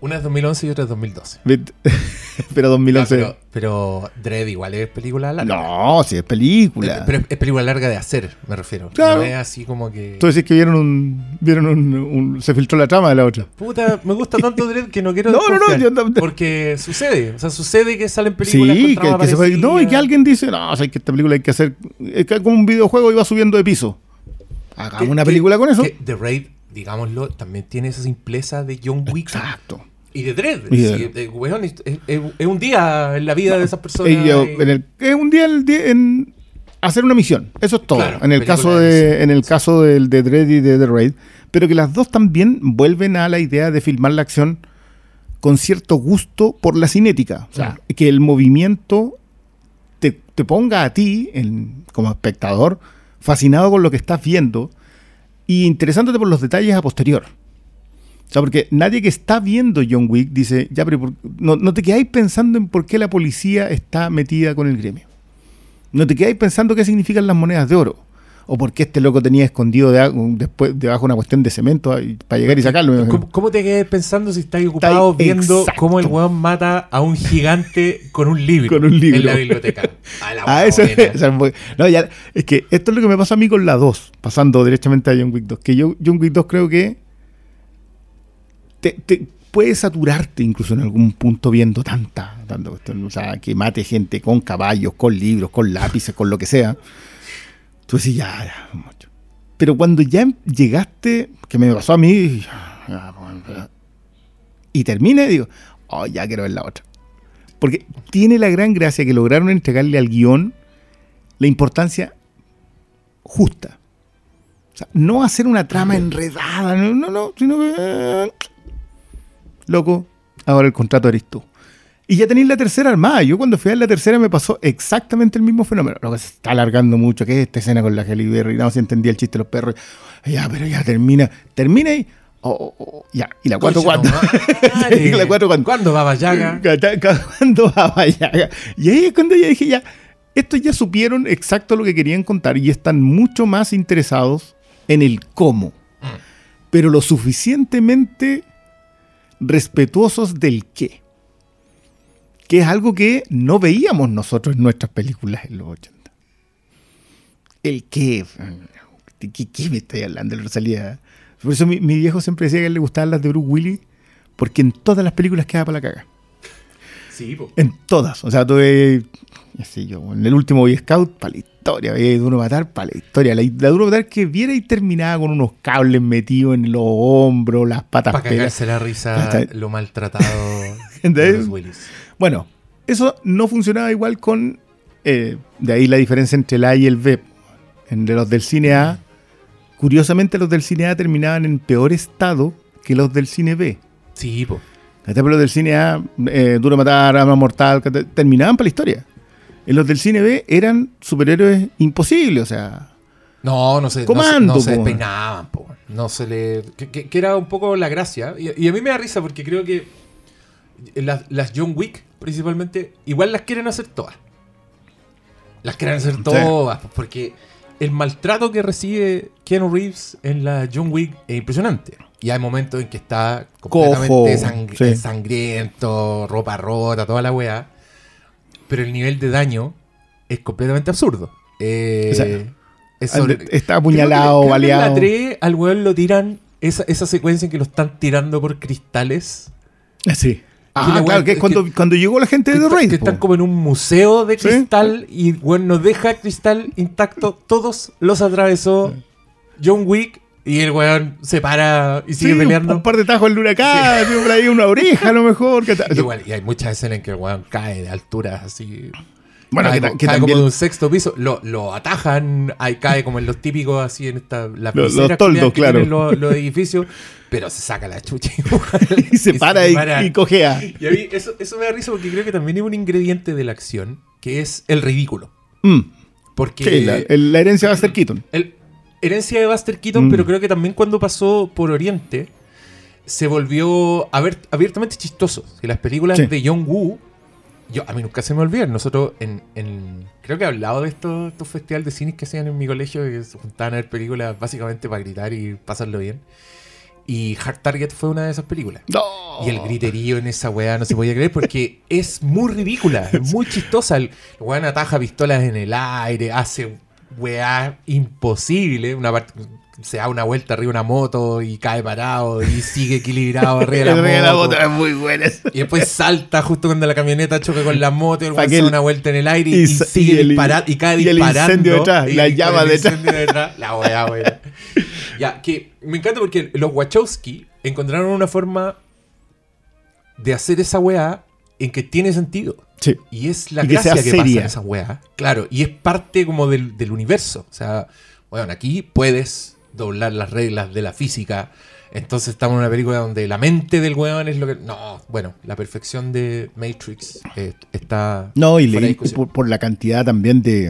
Una es dos mil once y otra es dos mil doce. Pero dos mil once... No, pero, pero Dredd igual es película larga. No, sí, es película. Es, pero es, es película larga de hacer, me refiero. Claro. No es así como que... Tú decís que vieron un... Vieron un, un- se filtró la trama de la otra. Puta, me gusta tanto Dredd que no quiero No, no, no, desconfiar, yo no- porque sucede. O sea, sucede que salen películas Sí, con que, trama que se fue- parecida. no, y que alguien dice, no, o sea, que esta película hay que hacer... Es que como un videojuego iba subiendo de piso. Hagamos Que- una que- película con eso. que The Raid, digámoslo, también tiene esa simpleza de John Wick. Exacto. Y de Dredd. Y de- Sí, de- weón, es, es- es un día en la vida de esas personas. Y yo, y- en el- es un día en, el día- en hacer una misión. Eso es todo. Claro, en el película caso de de, misión. en el caso del de Dredd y de The Raid. Pero que las dos también vuelven a la idea de filmar la acción con cierto gusto por la cinética. O sea, que el movimiento te, te ponga a ti, en- como espectador, fascinado con lo que estás viendo y interesándote por los detalles a posterior. O sea, porque nadie que está viendo John Wick dice, ya, pero ¿por- no, no te quedáis pensando en por qué la policía está metida con el gremio. No te quedáis pensando qué significan las monedas de oro. O por qué este loco tenía escondido de, después, debajo una cuestión de cemento ahí, para llegar y sacarlo. ¿Cómo, cómo te quedas pensando si estás ocupado Está ahí, viendo exacto. cómo el weón mata a un gigante con un libro, Con un libro. en la biblioteca? A la Ah, buena. eso, esa es muy- no, ya, es que esto es lo que me pasa a mí con la dos, pasando directamente a John Wick dos. Que yo, John Wick dos creo que te, te puede saturarte incluso en algún punto viendo tanta, tanta cuestión. O sea, que mate gente con caballos, con libros, con lápices, con lo que sea. Tú decís, ya, ya, mucho. Pero cuando ya em- llegaste, que me pasó a mí, ya, ya, bueno, ya, y termina, digo, oh, ya quiero ver la otra. Porque tiene la gran gracia que lograron entregarle al guión la importancia justa. O sea, no hacer una trama enredada, no, no, no sino que... eh, loco, ahora el contrato eres tú. Y ya tenéis la tercera armada. Yo cuando fui a ver la tercera me pasó exactamente el mismo fenómeno. Lo que se está alargando mucho, que es esta escena con la Halle Berry. No se entendía el chiste de los perros. Ya, pero ya termina. Termina y... oh, oh, oh, ya. Y la cuatro Concha cuando... tu madre. Y la cuatro cuando... ¿Cuándo va Bayaga? ¿Cuándo va Bayaga? Y ahí es cuando ya dije, ya, estos ya supieron exacto lo que querían contar y están mucho más interesados en el cómo. Pero lo suficientemente respetuosos del qué. Que es algo que no veíamos nosotros en nuestras películas en los ochenta. El qué. ¿Qué, qué, qué me estoy hablando, Rosalía? Por eso mi, mi viejo siempre decía que a él le gustaban las de Bruce Willis, porque en todas las películas queda para la caga. Sí, po. En todas. O sea, tuve, así yo, en el último Boy Scout, para la historia. Veía Duro Matar, para la historia. La, la Duro Matar que viera y terminaba con unos cables metidos en los hombros, las patas Para pegadas. cagarse la risa Hasta- lo maltratado de ¿Entendés? Bruce Willis. Bueno, eso no funcionaba igual con... eh, de ahí la diferencia entre el A y el B. Entre los del cine A, curiosamente los del cine A terminaban en peor estado que los del cine B. Sí, po. Pero los del cine A, eh, Duro Matar, Arma Mortal, que te- terminaban para la historia. En los del cine B eran superhéroes imposibles, o sea... No, no se, Comando, no se, no se po. despeinaban, po. No se le... Que, que- que era un poco la gracia. Y, y a mí me da risa porque creo que las, las John Wick, principalmente, igual las quieren hacer todas. Las quieren hacer todas, po, porque el maltrato que recibe Keanu Reeves en la John Wick es impresionante. Y hay momentos en que está completamente Cojo, sang- sí. sangriento, ropa rota, toda la weá. Pero el nivel de daño es completamente absurdo. Eh, O sea, es sobre- está apuñalado, creo que- creo que baleado. En la tres al weón lo tiran, esa, esa secuencia en que lo están tirando por cristales. Sí. Ah, la claro, weá- que es que- cuando, cuando llegó la gente Que, de The está- Raid. que po. están como en un museo de Sí. cristal y weón nos deja el cristal intacto. Todos los atravesó John Wick y el weón se para y sigue Sí, peleando. un par de tajos en huracán, por ahí una oreja a lo mejor. que ta- Igual, y hay muchas escenas en que el weón cae de alturas así. Bueno, cae, que, ta- co- que cae también como de un sexto piso, lo, lo atajan, ahí cae como en los típicos así en esta las Los- viseras los toldos, culiadas que claro. tienen los, los edificios, pero se saca la chucha igual. y se para y, y cojea. Y a mí eso, eso me da risa porque creo que también es un ingrediente de la acción, que es el ridículo. Mm. Porque Sí, la, el- la herencia va a ser Keaton. el, herencia de Buster Keaton, Mm. pero creo que también cuando pasó por Oriente se volvió abier- abiertamente chistoso. Si las películas Sí. de John Woo, yo, a mí nunca se me olvidan. Nosotros, en, en creo que he hablado de estos, estos festivales de cine que hacían en mi colegio, que se juntaban a ver películas básicamente para gritar y pasarlo bien. Y Hard Target fue una de esas películas. No. Y el griterío en esa weá no se podía creer porque es muy ridícula, es muy chistosa. El weón ataja pistolas en el aire, hace weá imposible. Una parte, se da una vuelta arriba de una moto y cae parado y sigue equilibrado arriba de la moto. Es muy buena. Y después salta justo cuando la camioneta choca con la moto y el weón se el, da una vuelta en el aire y, y, y sigue y el, disparando y cae y disparando. El incendio detrás, y la llama el detrás. incendio detrás. La weá, weá. Ya, que me encanta porque los Wachowski encontraron una forma de hacer esa weá en que tiene sentido. Sí. Y es la y gracia que, que seria. pasa en esa weá. Claro, y es parte como del, del universo. O sea, bueno, aquí puedes doblar las reglas de la física. Entonces estamos en una película donde la mente del weón es lo que... No, bueno, la perfección de Matrix eh, está... No, y leí por, por la cantidad también de...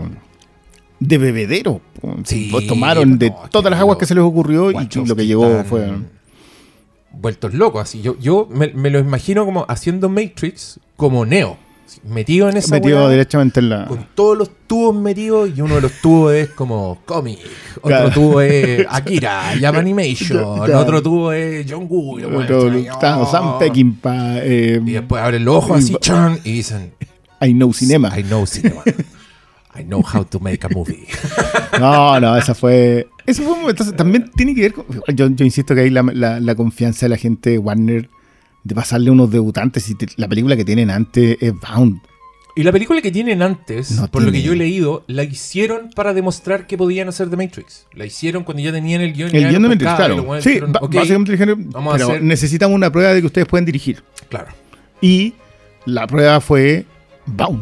de bebedero. Sí, pues tomaron de no, todas las aguas que se les ocurrió y lo que llegó están fue... vueltos locos. Así. Yo, yo me, me lo imagino como haciendo Matrix como Neo. Así, metido en esa Metido hueá, derechamente en la... con todos los tubos metidos y uno de los tubos es como cómic. Otro Claro. tubo es Akira, Llama Animation. Claro. Otro tubo es John Woo. Y, lo Otro- muestran, y, claro, oh. Sam Peckinpah, eh, Y después abren los ojos así, chan, y dicen... I Know Cinema. I know cinema. I know how to make a movie. No, no, esa fue... Eso fue un momento, entonces, también tiene que ver con... Yo, yo insisto que hay la, la, la confianza de la gente de Warner de pasarle unos debutantes. Y te- la película que tienen antes es Bound. Y la película que tienen antes, No por lo tiene- que yo he leído, la hicieron para demostrar que podían hacer The Matrix. La hicieron cuando ya tenían el guión. y El ya guión de lo Matrix, pescaban, y claro. los weones Sí, dijeron, ba- ok, básicamente dijeron, vamos a pero hacer- necesitamos una prueba de que ustedes pueden dirigir. Claro. Y la prueba fue Bound.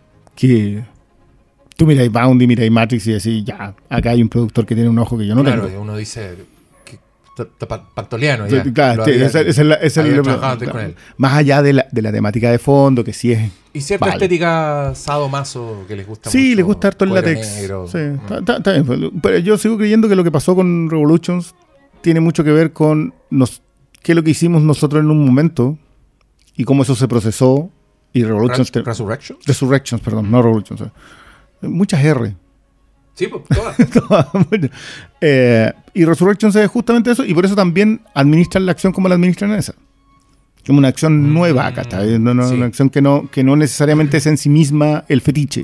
Que tú miráis Bound y miráis Matrix y decís, ya, acá hay un productor que tiene un ojo que yo no claro, tengo. uno dice que está- está pa- pantoleano Sí, ya. claro, Lo sí, había- esa- esa es la- esa es había la- trabajado antes claro. con él. Más allá de la, de la temática de fondo, que sí es... Y cierta Vale. estética sadomaso que les gusta mucho. Sí, les gusta harto el cuero látex. negro. Sí, Mm. está- está- está bien. Pero yo sigo creyendo que lo que pasó con Revolutions tiene mucho que ver con nos, qué es lo que hicimos nosotros en un momento y cómo eso se procesó. Y Revolutions... Res- Resurrection. Resurrections, perdón, no Revolutions. eh. Muchas R. Sí, pues todas. Bueno, eh, y Resurrections es justamente eso, y por eso también administran la acción como la administran en esa. Como una acción Mm, nueva acá, está bien, no, no, sí. una acción que no, que no necesariamente es en sí misma el fetiche.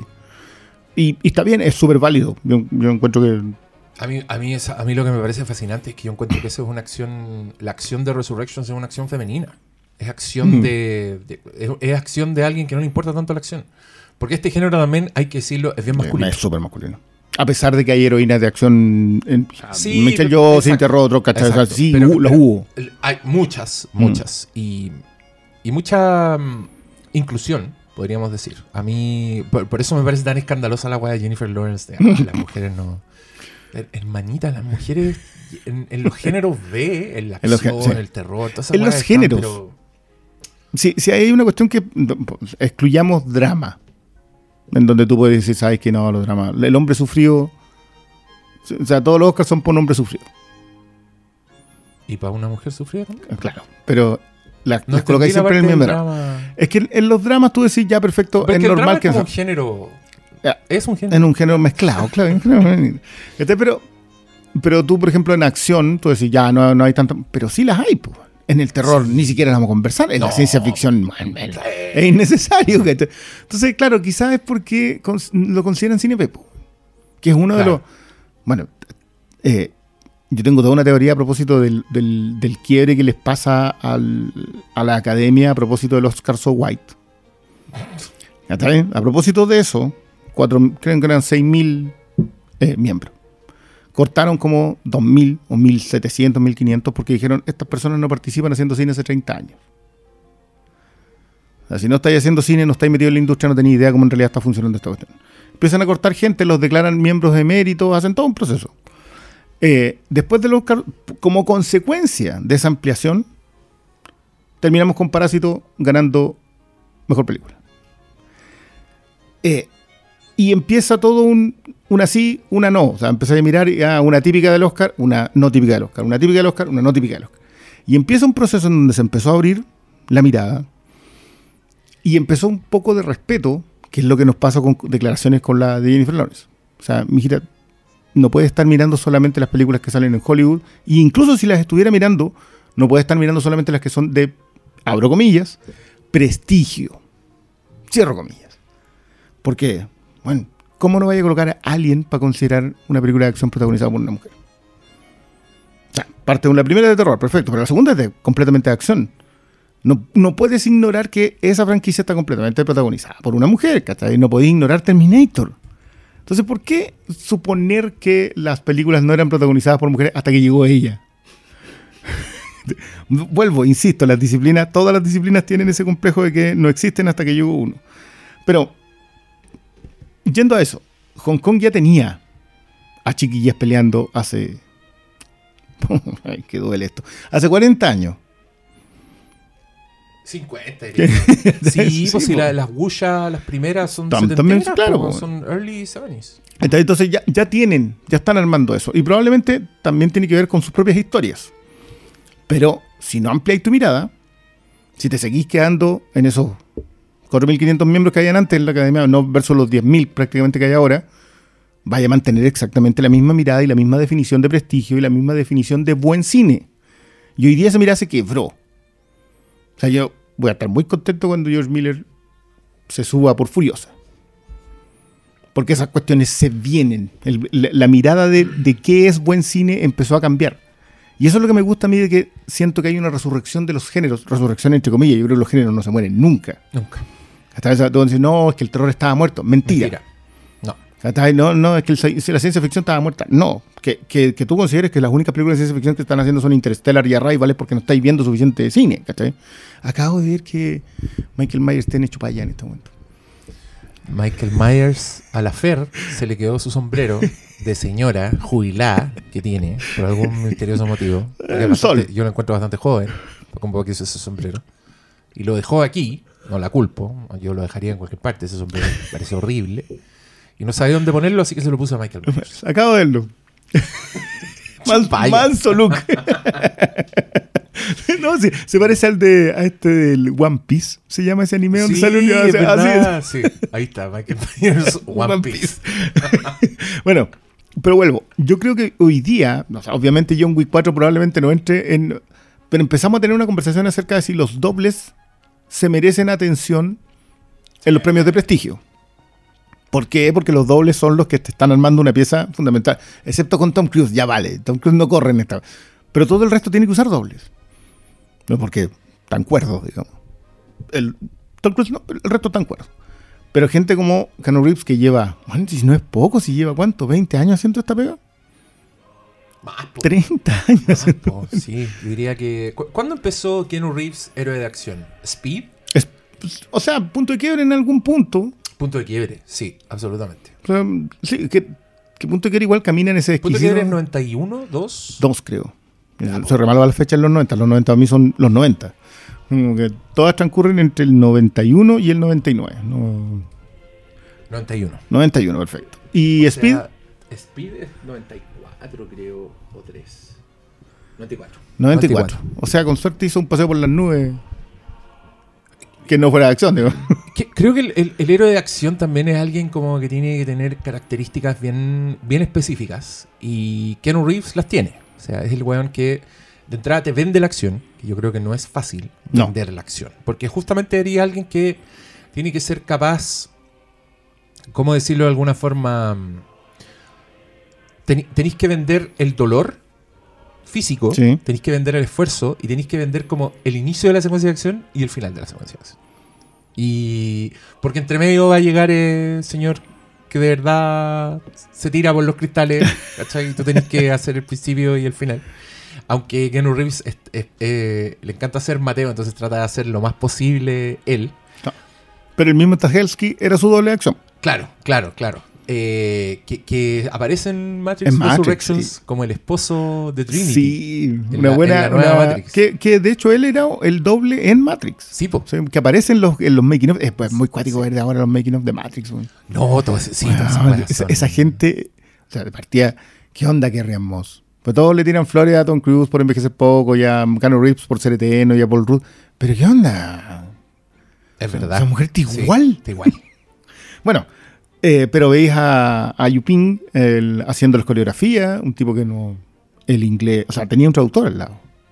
Y, y está bien, es súper válido. Yo, yo encuentro que... A mí, a, mí esa- a mí lo que me parece fascinante es que yo encuentro que eso es una acción. La acción de Resurrection es una acción femenina. Es acción Mm. de, de- es, es acción de alguien que no le importa tanto la acción. Porque este género también, hay que decirlo, es bien masculino. Es súper masculino. A pesar de que hay heroínas de acción... En, Sí, Michelle pero- Yeoh, exacto, Cynthia Rothrock, ¿cachai? O sea, exacto. sí, Pero- hu- las pero- hubo. El- Hay muchas, Mm. muchas. Y, y mucha mm, inclusión, podríamos decir. A mí, por, por eso me parece tan escandalosa la weá de Jennifer Lawrence. De, ah, las mujeres no... Her- Hermanita, las mujeres en, en los géneros B, en la En los acción, gé- sí. el terror, todas esas En los weas están, géneros. pero- Si, si hay una cuestión que pues, excluyamos drama, en donde tú puedes decir, sabes que no, los dramas. El hombre sufrido, o sea, todos los Oscars son por un hombre sufrido, ¿Y para una mujer sufrida también? claro. Pero la- No las colocáis entendí la siempre en el parte mismo del drama. drama. Es que en, en los dramas tú decís, ya perfecto, Pero es que el drama normal es que como eso- un género. Ya. Es un género. en un género mezclado, claro. en un género femenino. ¿Cachai? Pero, pero tú, por ejemplo, en acción, tú decís, ya no, no hay tanto. Pero sí las hay, pues. En el terror ni siquiera vamos a conversar. En la No. ciencia ficción man, man, es innecesario. ¿cachai? Entonces, claro, quizás es porque cons- lo consideran cine B, po, que es uno de Claro. los... Bueno, eh, yo tengo toda una teoría a propósito del, del, del quiebre que les pasa al, a la academia a propósito del Oscar So White. ¿Está bien? A propósito de eso, cuatro, creo que eran seis mil eh, miembros. Cortaron como dos mil o mil setecientos, mil quinientos porque dijeron, estas personas no participan haciendo cine hace treinta años. O sea, si no estáis haciendo cine, no estáis metidos en la industria, no tenéis idea cómo en realidad está funcionando esta cuestión. Empiezan a cortar gente, los declaran miembros de mérito, hacen todo un proceso. Eh, después del Oscar, como consecuencia de esa ampliación, terminamos con Parásito ganando mejor película. Eh, y empieza todo un una sí, una no. O sea, empecé a mirar y, ah, una típica del Oscar, una no típica del Oscar, una típica del Oscar, una no típica del Oscar. Y empieza un proceso en donde se empezó a abrir la mirada y empezó un poco de respeto, que es lo que nos pasa con declaraciones con la de Jennifer Lawrence. O sea, mijita, no puede estar mirando solamente las películas que salen en Hollywood, e incluso si las estuviera mirando, No puedes estar mirando solamente las que son de, abro comillas, prestigio. Cierro comillas. ¿Por qué? Bueno, ¿cómo no vaya a colocar a Alien para considerar una película de acción protagonizada por una mujer? O sea, parte de la primera de terror, perfecto, pero la segunda es de completamente de acción. No, no puedes ignorar que esa franquicia está completamente protagonizada por una mujer, ¿cachai? No podés ignorar Terminator. Entonces, ¿por qué suponer que las películas no eran protagonizadas por mujeres hasta que llegó ella? Vuelvo, insisto, las disciplinas, todas las disciplinas tienen ese complejo de que no existen hasta que llegó uno. Pero, yendo a eso, Hong Kong ya tenía a chiquillas peleando hace... Ay, que duele esto. Hace cuarenta años. cincuenta. Sí, pues si la, las Wuxia, las primeras son setenteras, claro, pues, son early seventies. Entonces ya, ya tienen, ya están armando eso. Y probablemente también tiene que ver con sus propias historias. Pero si no ampliáis tu mirada, si te seguís quedando en esos cuatro mil quinientos miembros que habían antes en la academia, no versus los diez mil prácticamente que hay ahora, vaya a mantener exactamente la misma mirada y la misma definición de prestigio y la misma definición de buen cine. Y hoy día esa mirada se quebró. O sea, yo voy a estar muy contento cuando George Miller se suba por Furiosa. Porque esas cuestiones se vienen. El, la, la mirada de, de qué es buen cine empezó a cambiar. Y eso es lo que me gusta a mí, de que siento que hay una resurrección de los géneros. Resurrección entre comillas. Yo creo que los géneros no se mueren nunca. Nunca. Hasta veces todos dicen, no, es que el terror estaba muerto. Mentira. Mentira. No. Hasta, no, no, es que el, la ciencia ficción estaba muerta. No. Que, que, que tú consideres que las únicas películas de ciencia ficción que están haciendo son Interstellar y Arrival, es porque no estáis viendo suficiente cine. ¿Cachai? Acabo de ver que Michael Myers tiene hecho para allá en este momento. Michael Myers, a la Fer se le quedó su sombrero de señora jubilada que tiene, por algún misterioso motivo. Bastante, yo lo encuentro bastante joven, como que hizo ese sombrero. Y lo dejó aquí, no la culpo, yo lo dejaría en cualquier parte, ese sombrero me parece horrible. Y no sabía dónde ponerlo, así que se lo puso a Michael Myers. Acabo de verlo. Man, manso look. No, sí, se parece al de a este del One Piece. Se llama ese anime donde sí, sale un es verdad, sí. Ahí está, Michael Myers, One, One Piece. Bueno, pero vuelvo. Yo creo que hoy día, o sea, obviamente John Wick cuatro probablemente no entre en... Pero empezamos a tener una conversación acerca de si los dobles se merecen atención en los premios de prestigio. ¿Por qué? Porque los dobles son los que te están armando una pieza fundamental. Excepto con Tom Cruise, ya vale. Tom Cruise no corre en esta. Pero todo el resto tiene que usar dobles. No porque tan cuerdos, digamos. El, Tom Cruise no, el resto tan cuerdos. Pero gente como Keanu Reeves, que lleva, bueno, si no es poco, si lleva ¿cuánto? ¿veinte años haciendo esta pega? Más, po. treinta años Más, haciendo. po, sí, yo diría que... ¿cu- ¿Cuándo empezó Keanu Reeves, héroe de acción? ¿Speed? Es, o sea, punto de quiebre en algún punto. Punto de quiebre, sí, absolutamente. O sea, sí, que, que punto de quiebre igual camina en ese ¿Punto de exquisito... quiebre es noventa y uno? ¿dos? Dos, creo. Ya, Se remalva la fecha en los noventa. Los noventa a mí son los noventa. Como que todas transcurren entre el noventa y uno y el noventa y nueve. No, noventa y uno. noventa y uno, perfecto. ¿Y O Speed? sea, Speed es noventa y cuatro, creo, o tres. noventa y cuatro. noventa y cuatro. O sea, con suerte hizo un paseo por las nubes que no fuera de acción, digo. Que- Creo que el, el- el héroe de acción también es alguien como que tiene que tener características bien, bien específicas. Y Keanu Reeves las tiene. O sea, es el weón que de entrada te vende la acción, que yo creo que no es fácil No. vender la acción. Porque justamente sería alguien que tiene que ser capaz, ¿cómo decirlo de alguna forma? Ten- tenéis que vender el dolor físico, Sí. tenéis que vender el esfuerzo y tenéis que vender como el inicio de la secuencia de acción y el final de la secuencia de acción. Y porque entre medio va a llegar el señor que de verdad se tira por los cristales, ¿cachai? Y tú tenés que hacer el principio y el final. Aunque Keanu Reeves es- es- eh, le encanta hacer Mateo, entonces trata de hacer lo más posible él. Pero el mismo Stahelski era su doble acción. Claro, claro, claro. Eh, que, que aparece en Matrix En Matrix, Resurrections sí. como el esposo de Trinity. Sí, En una la- buena... en la nueva una- Matrix. que, que de hecho él era el doble en Matrix. Sí, po. O sea, que aparece en los, en los making of. Es pues, muy cuático ver de ahora los making of de Matrix. Güey. No, todo ese- sí, todas esas Bueno, weas esa, son- esa gente, o sea, de partida, ¿qué onda que Moss? Pues todos le tiran flores a Tom Cruise por envejecer poco, y a Keanu Reeves por ser eterno, y a Paul Rudd. Pero ¿qué onda? Es verdad. Esa mujer está Sí, igual. está igual. Bueno, eh, pero veis a, a Yuping el, haciendo la coreografía, un tipo que no... El inglés... O sea, tenía un traductor al lado.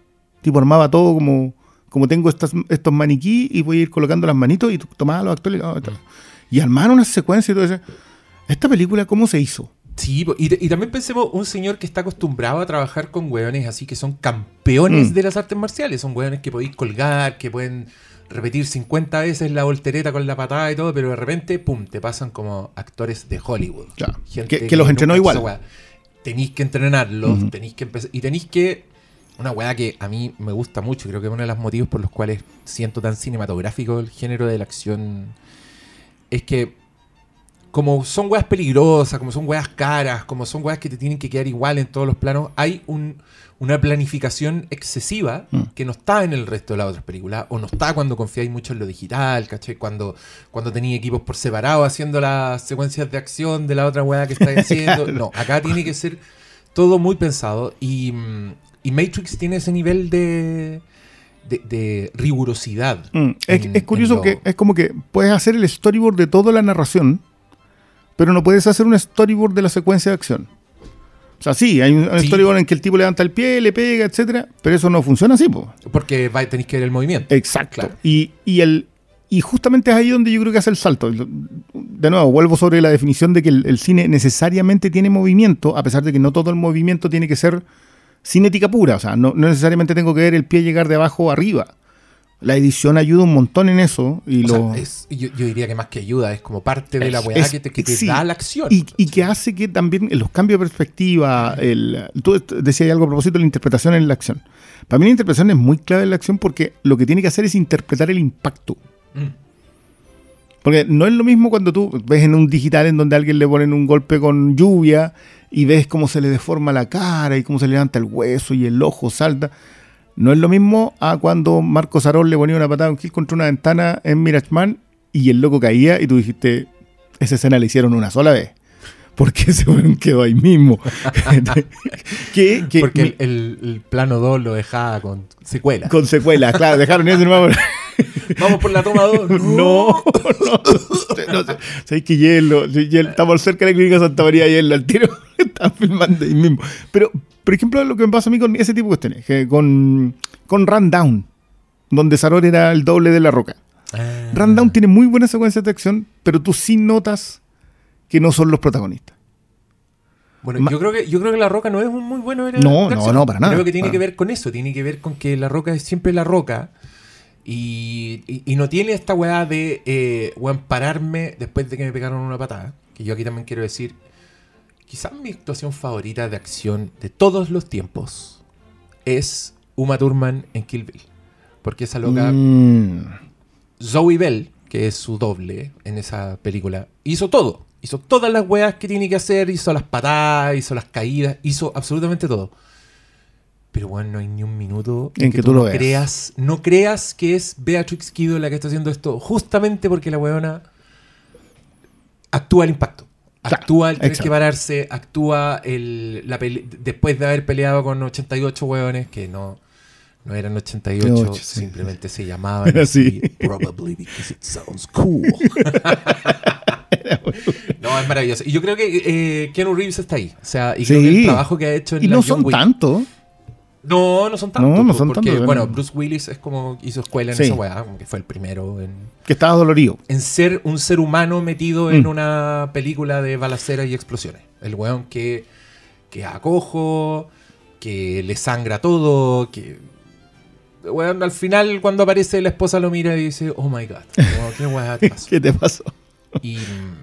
Tipo armaba todo como, como tengo estas, estos maniquí y voy a ir colocando las manitos y tomaba los actores. Oh, mm. Y armaron una secuencia y todo eso. ¿Esta película cómo se hizo? Sí, y, y también pensemos un señor que está acostumbrado a trabajar con hueones así que son campeones mm. de las artes marciales. Son hueones que podéis colgar, que pueden repetir cincuenta veces la voltereta con la patada y todo, pero de repente, pum, te pasan como actores de Hollywood. Claro. Gente que, que los entrenó igual. Tenéis que entrenarlos, uh-huh. tenéis que empezar. Y tenéis que. Una weá que a mí me gusta mucho, creo que es uno de los motivos por los cuales siento tan cinematográfico el género de la acción. Es que, como son weas peligrosas, como son weas caras, como son weas que te tienen que quedar igual en todos los planos, hay un. Una planificación excesiva mm. que no está en el resto de las otras películas, o no está cuando confiáis mucho en lo digital, ¿cachai? Cuando, cuando tenéis equipos por separado haciendo las secuencias de acción de la otra weá que estáis haciendo. No, acá tiene que ser todo muy pensado. Y, y Matrix tiene ese nivel de, de, de rigurosidad. Mm. Es, en, es curioso que es como que puedes hacer el storyboard de toda la narración, pero no puedes hacer un storyboard de la secuencia de acción. O sea, sí, hay un, un sí. storyboard en que el tipo levanta el pie, le pega, etcétera, pero eso no funciona así, po. Porque va, tenéis que ver el movimiento. Exacto. Claro. Y, y, el, y justamente es ahí donde yo creo que hace el salto. De nuevo, vuelvo sobre la definición de que el, el cine necesariamente tiene movimiento, a pesar de que no todo el movimiento tiene que ser cinética pura. O sea, no, no necesariamente tengo que ver el pie llegar de abajo arriba. La edición ayuda un montón en eso. Y o lo... sea, es, yo, yo diría que más que ayuda, es como parte de la weá que te, que te sí, da la acción. Y, y que hace que también los cambios de perspectiva, el, tú decías algo a propósito de la interpretación en la acción. Para mí la interpretación es muy clave en la acción porque lo que tiene que hacer es interpretar el impacto. Mm. Porque no es lo mismo cuando tú ves en un digital en donde a alguien le ponen un golpe con lluvia y ves cómo se le deforma la cara y cómo se le levanta el hueso y el ojo salta. No es lo mismo a cuando Marco Sarol le ponía una patada a un kill contra una ventana en Mirage y el loco caía y tú dijiste, esa escena la hicieron una sola vez. Porque ese weón quedó ahí mismo. que, que, Porque el, el, el plano dos lo dejaba con secuelas. Con secuelas, claro. Dejaron eso nomás. Vamos por la toma dos. No, no. no, no ¿Sabes que hielo, hielo? Estamos cerca de la clínica Santa María y hielo al tiro. Están filmando ahí mismo. Pero... Por ejemplo, lo que me pasa a mí con ese tipo de cuestiones, que con, con Rundown, donde Saror era el doble de La Roca. Ah. Rundown tiene muy buenas secuencias de acción, pero tú sí notas que no son los protagonistas. Bueno, Ma- yo creo que yo creo que La Roca no es un muy bueno héroe No, no, no, para nada. Creo que tiene para. que ver con eso, tiene que ver con que La Roca es siempre La Roca y, y, y no tiene esta weá de eh, weón, pararme después de que me pegaron una patada, que yo aquí también quiero decir. Quizás mi actuación favorita de acción de todos los tiempos es Uma Thurman en Kill Bill. Porque esa loca... Mm. Zoe Bell, que es su doble en esa película, hizo todo. Hizo todas las weas que tiene que hacer, hizo las patadas, hizo las caídas, hizo absolutamente todo. Pero bueno, no hay ni un minuto en, en que, que tú, tú no creas, no creas que es Beatrix Kiddo la que está haciendo esto, justamente porque la weona actúa al impacto. Actúa el tener que pararse, actúa el, la pele- después de haber peleado con ochenta y ocho hueones, que no, no eran ochenta y ocho, ocho, sí. Simplemente se llamaban así, probably because it sounds cool. No, es maravilloso. Y yo creo que eh, Keanu Reeves está ahí. O sea, y sí. creo que el trabajo que ha hecho en y la no John son Wick, tanto. No, no son tantos. No, no son porque, tantos. Bueno, Bruce Willis es como hizo escuela en sí. esa weá, como que fue el primero en... Que estaba dolorido. En ser un ser humano metido mm. en una película de balaceras y explosiones. El weón que, que acojo, que le sangra todo, que... Weón, al final cuando aparece la esposa lo mira y dice, oh my god, ¿qué weá te pasó? ¿Qué te pasó? Y...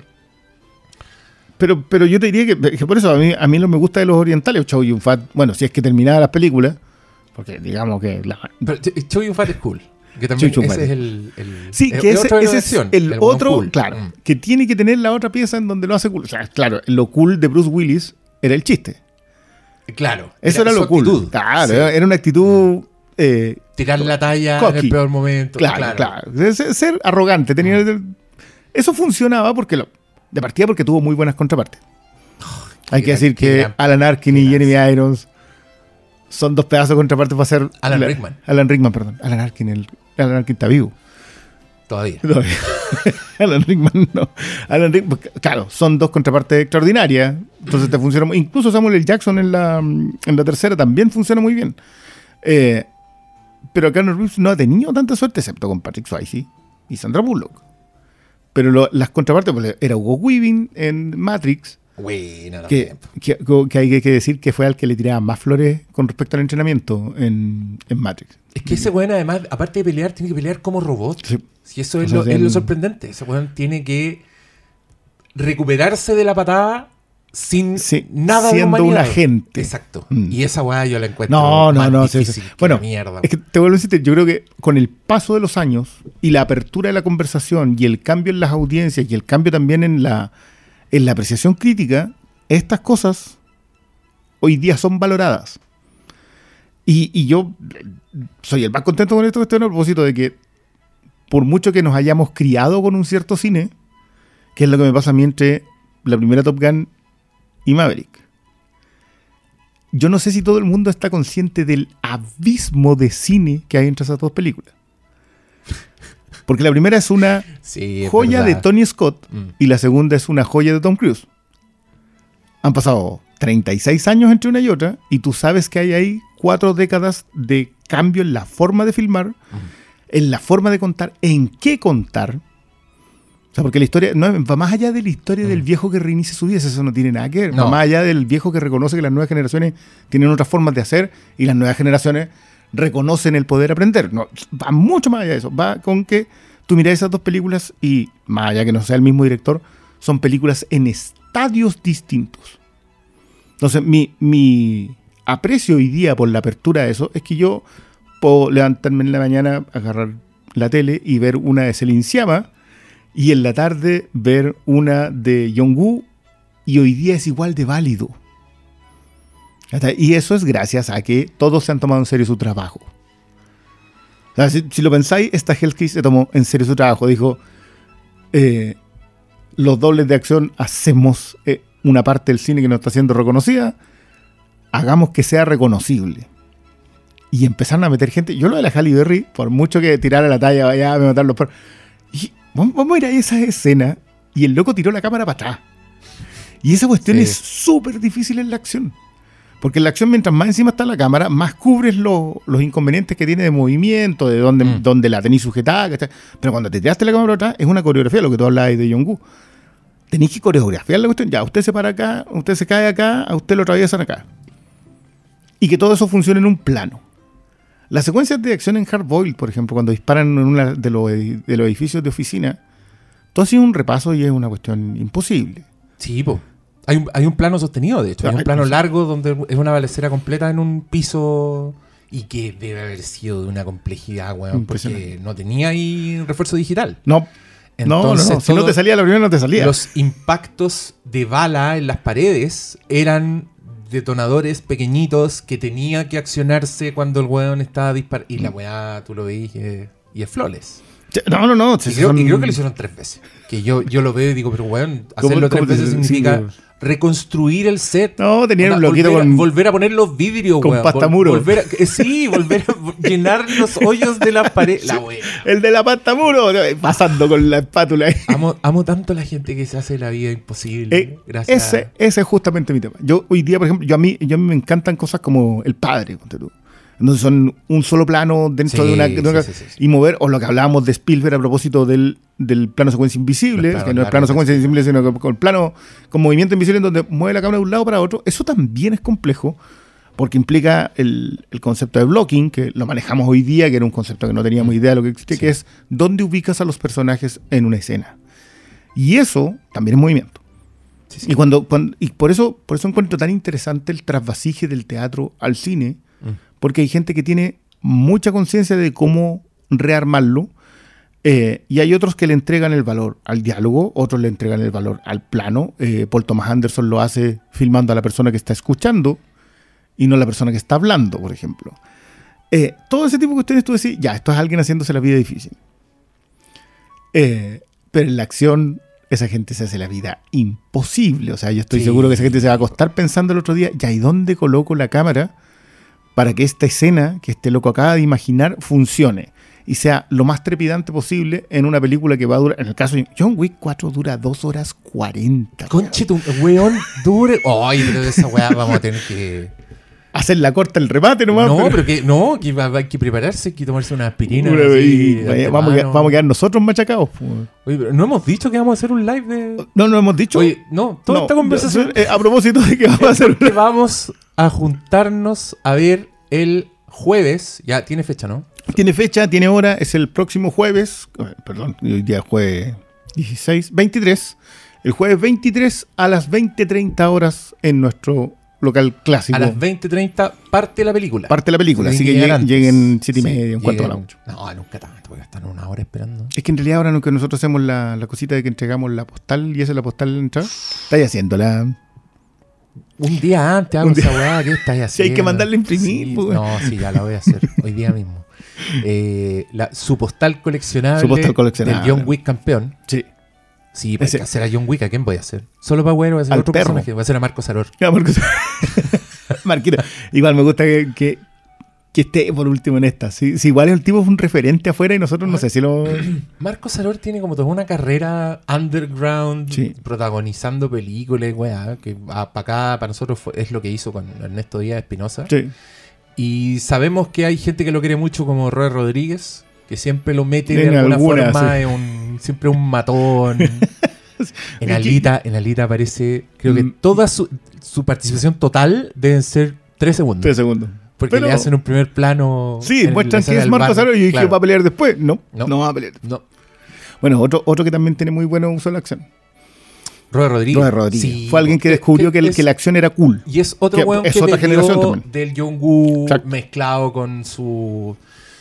Pero, pero yo te diría que, que por eso a mí, a mí lo me gusta de los orientales, Chow Yun-fat, bueno, si es que terminaba las películas, porque digamos que... La... Pero Chow Yun-fat es cool. Que también ese es el, el... Sí, que ese, ese es el, el otro, cool. Claro, mm. que tiene que tener la otra pieza en donde lo hace cool. O sea, claro, lo cool de Bruce Willis era el chiste. Claro. Eso era, era lo cool. Actitud. Claro, sí. Era una actitud... Eh, Tirar la talla cocky. En el peor momento. Claro, claro. claro. Ser, ser arrogante. Tenía, mm. Eso funcionaba porque... Lo, de partida porque tuvo muy buenas contrapartes. Oh, Hay que decir que gran, Alan Arkin y Jeremy Irons son dos pedazos de contrapartes para hacer... Alan la, Rickman. Alan Rickman, perdón. Alan Arkin, el, Alan Arkin está vivo. Todavía. Todavía. Alan Rickman no. Alan Rickman, claro, son dos contrapartes extraordinarias. Entonces te funciona muy... Incluso Samuel L. Jackson en la, en la tercera también funciona muy bien. Eh, pero Keanu Reeves no ha tenido tanta suerte, excepto con Patrick Swayze y Sandra Bullock. Pero lo, las contrapartes, pues, era Hugo Weaving en Matrix, Buena que, que, que hay que decir que fue al que le tiraba más flores con respecto al entrenamiento en, en Matrix. Es que ese weón, además, aparte de pelear, tiene que pelear como robot. Sí. Si eso es, O sea, lo, sí, es lo en- sorprendente. Ese weón tiene que recuperarse de la patada sin Sí, nada siendo de un humanidad. agente. Exacto. Mm. Y esa weá yo la encuentro No, no, más no. sí, difícil sí. que Bueno, la mierda. es que te vuelvo a decir, yo creo que con el paso de los años y la apertura de la conversación y el cambio en las audiencias y el cambio también en la, en la apreciación crítica, estas cosas hoy día son valoradas. Y, y yo soy el más contento con esto que estoy a propósito de que por mucho que nos hayamos criado con un cierto cine, que es lo que me pasa a mí entre la primera Top Gun y Maverick, yo no sé si todo el mundo está consciente del abismo de cine que hay entre esas dos películas. Porque la primera es una Sí, es joya verdad. de Tony Scott Mm. y la segunda es una joya de Tom Cruise. Han pasado treinta y seis años entre una y otra y tú sabes que hay ahí cuatro décadas de cambio en la forma de filmar, en la forma de contar, en qué contar. O sea, porque la historia no va más allá de la historia del viejo que reinicia su vida, eso no tiene nada que ver. No. Va más allá del viejo que reconoce que las nuevas generaciones tienen otras formas de hacer y las nuevas generaciones reconocen el poder aprender. No, va mucho más allá de eso. Va con que tú miras esas dos películas y, más allá que no sea el mismo director, son películas en estadios distintos. Entonces, mi, mi aprecio hoy día por la apertura de eso es que yo puedo levantarme en la mañana, agarrar la tele y ver una de Celine Sciamma y en la tarde ver una de Jong-woo y hoy día es igual de válido. ¿Está? Y eso es gracias a que todos se han tomado en serio su trabajo. O sea, si, si lo pensáis, esta Hellkiss se tomó en serio su trabajo. Dijo, eh, los dobles de acción hacemos eh, una parte del cine que no está siendo reconocida, hagamos que sea reconocible. Y empezaron a meter gente. Yo lo de la Halle Berry, por mucho que tirara la talla, vaya a matar los perros. Y vamos, vamos a ir a esa escena. Y el loco tiró la cámara para atrás. Y esa cuestión Sí. es súper difícil en la acción. Porque en la acción, mientras más encima está la cámara, más cubres lo- los inconvenientes que tiene de movimiento, de dónde, Mm. dónde la tenés sujetada. ¿Cachai? Pero cuando te tiraste la cámara para atrás, es una coreografía, lo que tú hablabas de Jong-woo. Tenéis que coreografiar la cuestión. Ya, usted se para acá, usted se cae acá, a usted lo atraviesan acá. Y que todo eso funcione en un plano. Las secuencias de acción en Hard Boiled, por ejemplo, cuando disparan en uno de los, edi- de los edificios de oficina, todo ha sido un repaso y es una cuestión imposible. Sí, po. Hay un, hay un plano sostenido, de hecho. Hay un Ay, plano sí. largo donde es una balacera completa en un piso y que debe haber sido de una complejidad, weón, porque Impresionante. no tenía ahí refuerzo digital. No, Entonces, no, no, no. Si no todo- te salía la primera, no te salía. Los impactos de bala en las paredes eran detonadores pequeñitos que tenía que accionarse cuando el weón estaba disparando. Y la weá, tú lo veis, eh, y es flawless. No, no, no. Y si creo, son- y creo que lo hicieron tres veces. Que yo, yo lo veo y digo, pero weón, ¿Cómo- hacerlo tres cómo te- veces sí, significa weón. reconstruir el set. No, tenían un Onda, bloquito volver, a- con... volver a poner los vidrios, con weón. pasta Vol- muro. Volver a- eh, sí, volver a llenar los hoyos de las paredes. La wea. El de la pasta muro, pasando con la espátula ahí. Amo, amo tanto a la gente que se hace la vida imposible. Eh, Gracias. ese, ese es justamente mi tema. Yo hoy día, por ejemplo, yo a mí, yo a mí me encantan cosas como El Padre, ponte tú. Entonces son un solo plano dentro Sí, de una... de una- sí, sí, sí, sí. Y mover, o lo que hablábamos de Spielberg a propósito del, del plano secuencia invisible, Los planos que no es largos, plano secuencia sí. invisible, sino que con el plano, con movimiento invisible en donde mueve la cámara de un lado para otro. Eso también es complejo, porque implica el, el concepto de blocking, que lo manejamos hoy día, que era un concepto que no teníamos idea de lo que existe, Sí. que es dónde ubicas a los personajes en una escena. Y eso también es movimiento. Sí, sí. Y cuando, cuando y por eso, por eso encuentro tan interesante el trasvasije del teatro al cine, Mm. porque hay gente que tiene mucha conciencia de cómo rearmarlo, eh, y hay otros que le entregan el valor al diálogo, otros le entregan el valor al plano. Eh, Paul Thomas Anderson lo hace filmando a la persona que está escuchando y no a la persona que está hablando, por ejemplo. Eh, todo ese tipo de cuestiones tú decís, ya, esto es alguien haciéndose la vida difícil. Eh, pero en la acción, esa gente se hace la vida imposible. O sea, yo estoy Sí. seguro que esa gente se va a acostar pensando el otro día, ya, ¿y dónde coloco la cámara para que esta escena que este loco acaba de imaginar funcione y sea lo más trepidante posible en una película que va a durar? En el caso de John Wick cuatro dura dos horas cuarenta. Conche tu weón, dure. Ay, pero de esa weá vamos a tener que. hacer la corta el remate nomás. No, pero que no, que va- hay que prepararse, hay que tomarse una aspirina. Una así, vez y de vaya, vamos, a, antemano. vamos a quedar nosotros machacados. pues. Oye, pero no hemos dicho que vamos a hacer un live de. No, no hemos dicho. Oye, no, toda No, esta conversación. eh, a propósito de que vamos a hacer que una... vamos a juntarnos a ver el jueves. Ya tiene fecha, ¿no? Tiene fecha, tiene hora, es el próximo jueves, eh, perdón, hoy día es jueves dieciséis, veintitrés, el jueves veintitrés a las veinte treinta horas en nuestro local clásico. A las veinte treinta parte la película. Parte la película, así que Llegar lleguen, antes. lleguen siete y Sí, media, un cuarto de la lleguen- ocho. No, nunca tanto, porque están una hora esperando. Es que en realidad ahora no que nosotros hacemos la, la cosita de que entregamos la postal y esa es la postal de entrada, estáis haciéndola. Un día antes hago Un día- esa weá, ¿qué estáis haciendo? Si hay que mandarla a imprimir, Sí, pues. no, sí, ya la voy a hacer hoy día mismo. Eh, la, su postal coleccionable, Su postal coleccionable. del John Wick campeón. Sí. Sí, para Ese- hacer a John Wick, ¿a quién voy a hacer? Solo para bueno, voy a hacer Al otro perro. personaje, voy a hacer a Marco Saror. Ya, Marcos. Marquito, igual me gusta que, que, que esté por último en esta. Si, si igual el tipo fue un referente afuera y nosotros no sé si lo... Marco Saror tiene como toda una carrera underground, Sí. protagonizando películas, weá, que para acá, para nosotros fue- es lo que hizo con Ernesto Díaz Espinosa. Sí. Y sabemos que hay gente que lo quiere mucho como Roy Rodríguez, que siempre lo mete de En alguna alguna, forma, sí. en un, siempre un matón. En Alita, en Alita aparece, creo que Mm. toda su, su participación total deben ser tres segundos. Tres segundos. Porque Pero- le hacen un primer plano. Sí, en la muestran que escena es del Marco bar. Saror y yo dije, Claro. ¿va a pelear después? No, No. no, va a pelear. No, Bueno, otro, otro que también tiene muy buen uso de la acción. Roy Rodríguez. Roy Rodríguez. Sí, Fue alguien que que- descubrió que, el- es- que la acción era cool. Y es otro que weón es que otra bebió generación también. del Jong-Woo Exacto. mezclado con su...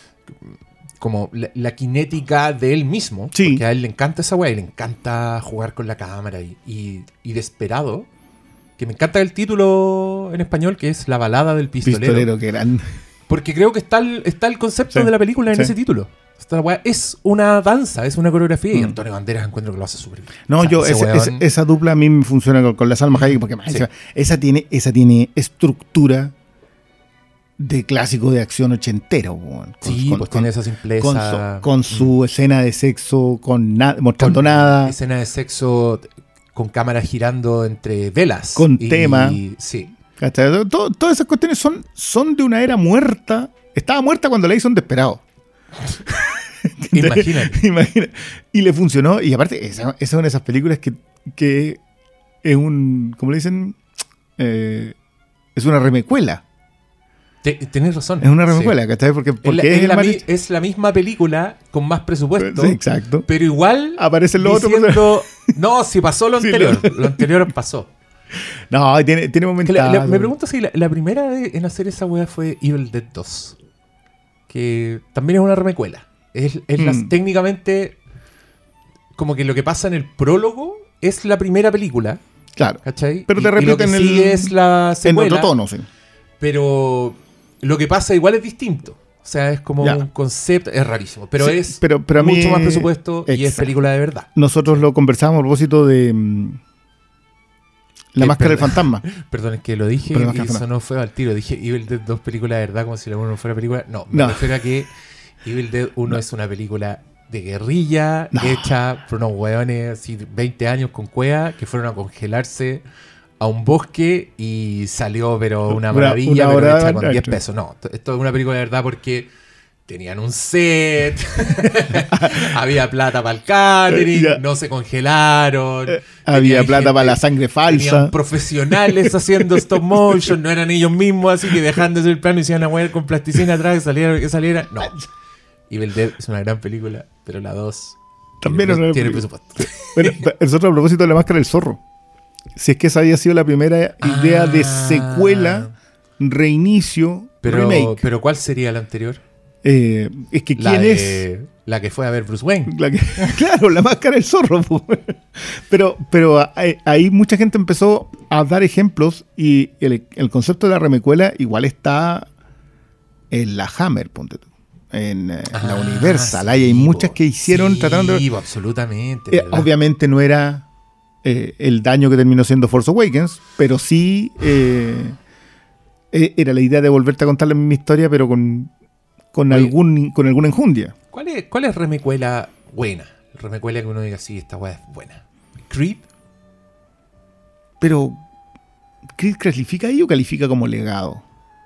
como la, la cinética de él mismo. Sí. Porque a él le encanta esa weá y le encanta jugar con la cámara y, y, y Desperado. Que me encanta el título en español, que es La balada del pistolero. Pistolero, que eran... Porque creo que está el, está el concepto Sí, de la película en sí. ese título. Esta weá es una danza, es una coreografía. Y Mm. Antonio Banderas encuentro que lo hace súper bien. No, O sea, yo, ese ese- weón- ese- esa dupla a mí me funciona con, con la Salma Hayek porque más Sí. encima, esa, tiene, esa tiene estructura de clásico de acción ochentero. weón. Con- Sí, con- pues con- tiene esa simpleza. con su, con su Mm. escena de sexo, con na- mostrando Con nada. Escena de sexo con cámara girando entre velas. Con Y- tema. Sí. ¿Cachai? Todo- todas esas cuestiones son, son de una era muerta. Estaba muerta cuando la hizo en Desperado. Imagínate. Imagina. Y le funcionó. Y aparte, esa, esa es una de esas películas que, que es un. ¿Cómo le dicen? Eh, es una remecuela. Te- tenés razón. Es una Sí. remecuela, ¿cachai? Porque, Es porque la, es, es el la mal mi- hecho. es la misma película con más presupuesto. Sí, exacto. Pero igual. Aparecen los otros diciendo, no, si pasó lo Sí, anterior. lo- Lo anterior pasó. No, tiene, tiene Que momentos. la- la- me pregunto si la, la primera de- en hacer esa weá fue Evil Dead dos. Que también es una remecuela. Es, es las- Mm. técnicamente como que lo que pasa en el prólogo es la primera película, Claro. ¿cachai? Pero te Y- y lo que repiten sí el- es la En secuela, otro tono, sí. pero lo que pasa igual es distinto. O sea, es como Ya. un concepto, es rarísimo, pero Sí, es pero- pero a mí- mucho más presupuesto y es Exacto. película de verdad. Nosotros lo conversábamos a propósito de. mm, La Eh, máscara del perdón. fantasma. Perdón, es que lo dije Pero no, y que no. eso no fue al tiro. Dije Evil Dead dos película de verdad como si la uno no fuera película. No, me No. refiero a que Evil Dead uno es una película de guerrilla No. hecha por unos hueones así veinte años con cueva que fueron a congelarse a un bosque y salió pero una Una- maravilla, una pero hora hecha con de- diez pesos. No, t- esto es una película de verdad porque tenían un set, había plata para el catering, Ya. no se congelaron. Eh, Había tenían plata para gente- la sangre Tenían falsa. profesionales haciendo stop motion, no eran ellos mismos, así que dejando el plano y se iban a mover con plasticina atrás que saliera, que saliera. No. Evil Dead es una gran película, pero la dos También es tiene, una tiene película. presupuesto. Bueno, nosotros a propósito de la máscara del zorro. Si es que esa había sido la primera idea de Ah. secuela, reinicio, Pero, remake. pero ¿cuál sería la anterior? Eh, es que La quién de- es. La que fue a ver Bruce Wayne. La que- claro, la máscara del zorro. po. Pero, pero ahí, ahí mucha gente empezó a dar ejemplos y el, el concepto de la remecuela igual está en la Hammer, ponte tú. En eh, la Ah, Universal. sí, Ahí hay muchas po. que hicieron Sí, tratando de... po, absolutamente. Eh, ¿verdad? obviamente no era eh, el daño que terminó siendo Force Awakens, pero sí eh, eh, era la idea de volverte a contar la misma historia, pero con, con, Oye. algún, con alguna enjundia. ¿Cuál es, ¿Cuál es remecuela buena? Remecuela que uno diga, sí, esta weá es buena. ¿Creed? Pero, ¿Creed califica ahí o califica como legado?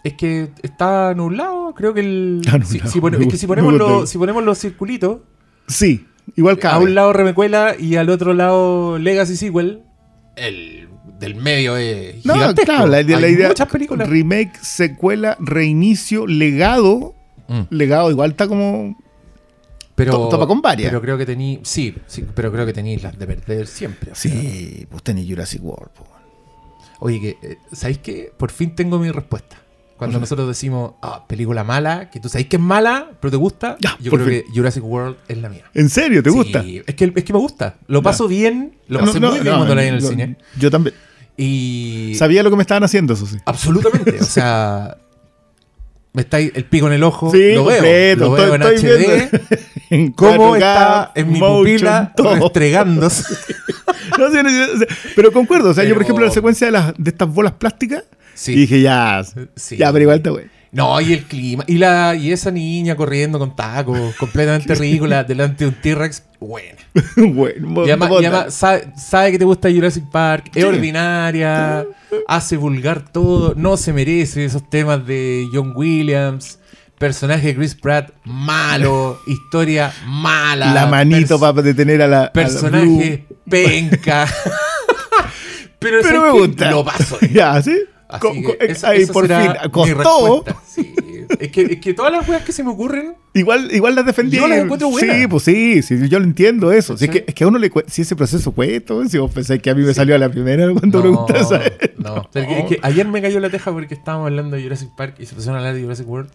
Es que está nublado, creo que el... Está si, nublado. si pone- es que si Me ponemos, gusta. los, si ponemos los circulitos, Sí, igual cabe. a un lado Remecuela y al otro lado Legacy Sequel, el del medio es No, gigantesco. claro, la, la Hay idea. muchas películas. Remake, secuela, reinicio, legado. Mm. Legado igual está como. Pero, to- topa con varias. Pero creo que tení... Sí, sí, pero creo que tenéis las de perder siempre. o sea. Sí, pues tenés Jurassic World. po. Oye, que, eh, ¿sabéis qué? Por fin tengo mi respuesta. Cuando nosotros decimos, ah, película mala, que tú sabéis que es mala, pero te gusta, Ya, yo por creo fin. que Jurassic World es la mía. ¿En serio? ¿Te Sí, gusta? Es que, es que me gusta. Lo paso bien, lo pasé No, muy no, bien no, cuando la vi en el yo- cine. Yo también. Y... Sabía lo que me estaban haciendo, eso sí. Absolutamente. O sea, me está ahí el pico en el ojo. Sí, lo veo. completo, Lo veo en estoy- estoy H D. viendo. En Cómo cuatro K, está en mi motion, pupila todo. restregándose. No, sí, no, sí, o sea, pero concuerdo. O sea, yo, por Pero- ejemplo, la secuencia de, las, de estas bolas plásticas, Sí. y dije, ya, Sí. ya, pero igual está güey. No, y el clima. Y la y esa niña corriendo con tacos, completamente ridícula, delante de un T-Rex. Buena. Bueno, Y además, bota. y además sabe, sabe que te gusta Jurassic Park, es Sí. ordinaria, hace vulgar todo, no se merece esos temas de John Williams, personaje de Chris Pratt, malo, historia mala. la manito pers- para detener a la. a la Personaje penca. Pero, Pero ¿sabes me qué? gusta. Lo paso. Blue. Ya, ¿sí? Así Co- que co- esa- ahí esa por será fin. mi Costó. respuesta. Sí. Es, que, es que todas las weas que se me ocurren. Igual, igual las defendí. Yo las encuentro buenas. Sí, pues sí, sí, yo lo entiendo eso. Si es, ¿Sí? que, es que a uno le cuesta, si ese proceso cuesta, si vos pensáis que a mí me salió a la primera cuando preguntas esa. no. Pero es que- es que ayer me cayó la teja porque estábamos hablando de Jurassic Park y se pusieron a hablar de Jurassic World.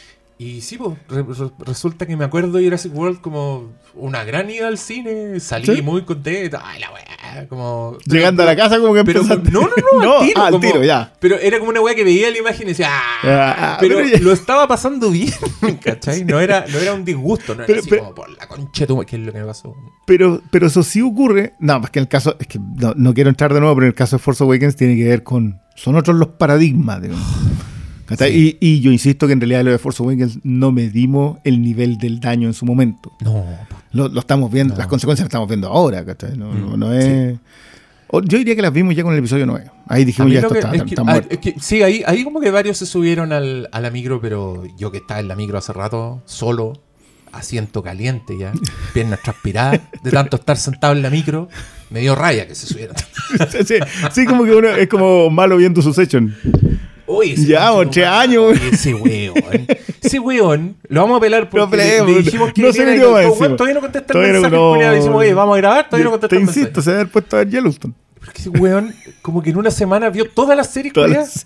Y sí, pues, re- re- resulta que me acuerdo de Jurassic World como una gran ida al cine. Salí ¿Sí? muy contento. Ay, la weá. Como. Llegando a la casa como que Pero, empezaste. no, no, no, no, al tiro. ah, al como- tiro, ya. Pero era como una weá que veía la imagen y decía, ah, Ah, pero, pero ya- lo estaba pasando bien, ¿cachai? No era, no era un disgusto, no era Pero- así pero- como por la concha de tu ma- ¿qué es lo que me pasó? Pero, pero eso sí ocurre. No, es que en el caso, es que no, no quiero entrar de nuevo, pero en el caso de Force Awakens tiene que ver con. Son otros los paradigmas, digamos. ¿Cachai? Sí. Y, y yo insisto que en realidad lo de Force Awakens no medimos el nivel del daño en su momento. No, Lo, lo estamos viendo, No. las consecuencias las estamos viendo ahora, ¿cachai? No, no, Mm, no es. O- Yo diría que las vimos ya con el episodio nueve. Ahí A dijimos mí ya lo esto que- está, es está- que- está ah, muerto. es que sí, ahí, ahí como que varios se subieron al, a la micro, pero yo que estaba en la micro hace rato, solo, asiento caliente ya, piernas transpiradas, de tanto estar sentado en la micro, me dio raya que se subieran. sí, sí, como que uno es como malo viendo su session. Oye, ese Ya, conche ocho tu madre, años. oye, ese weón. Ese weón, lo vamos a pelar porque Lo le, peleemos, le dijimos que no se viniera y metió todo, más weón, encima. todavía no contesta el Todavía no- mensaje. no. culiao, le decimos, oye, vamos a grabar, todavía no Te contesta el mensaje. insisto, se debe haber puesto a ver Yellowstone. Porque ese weón, como que en una semana vio todas las series Todas culiadas.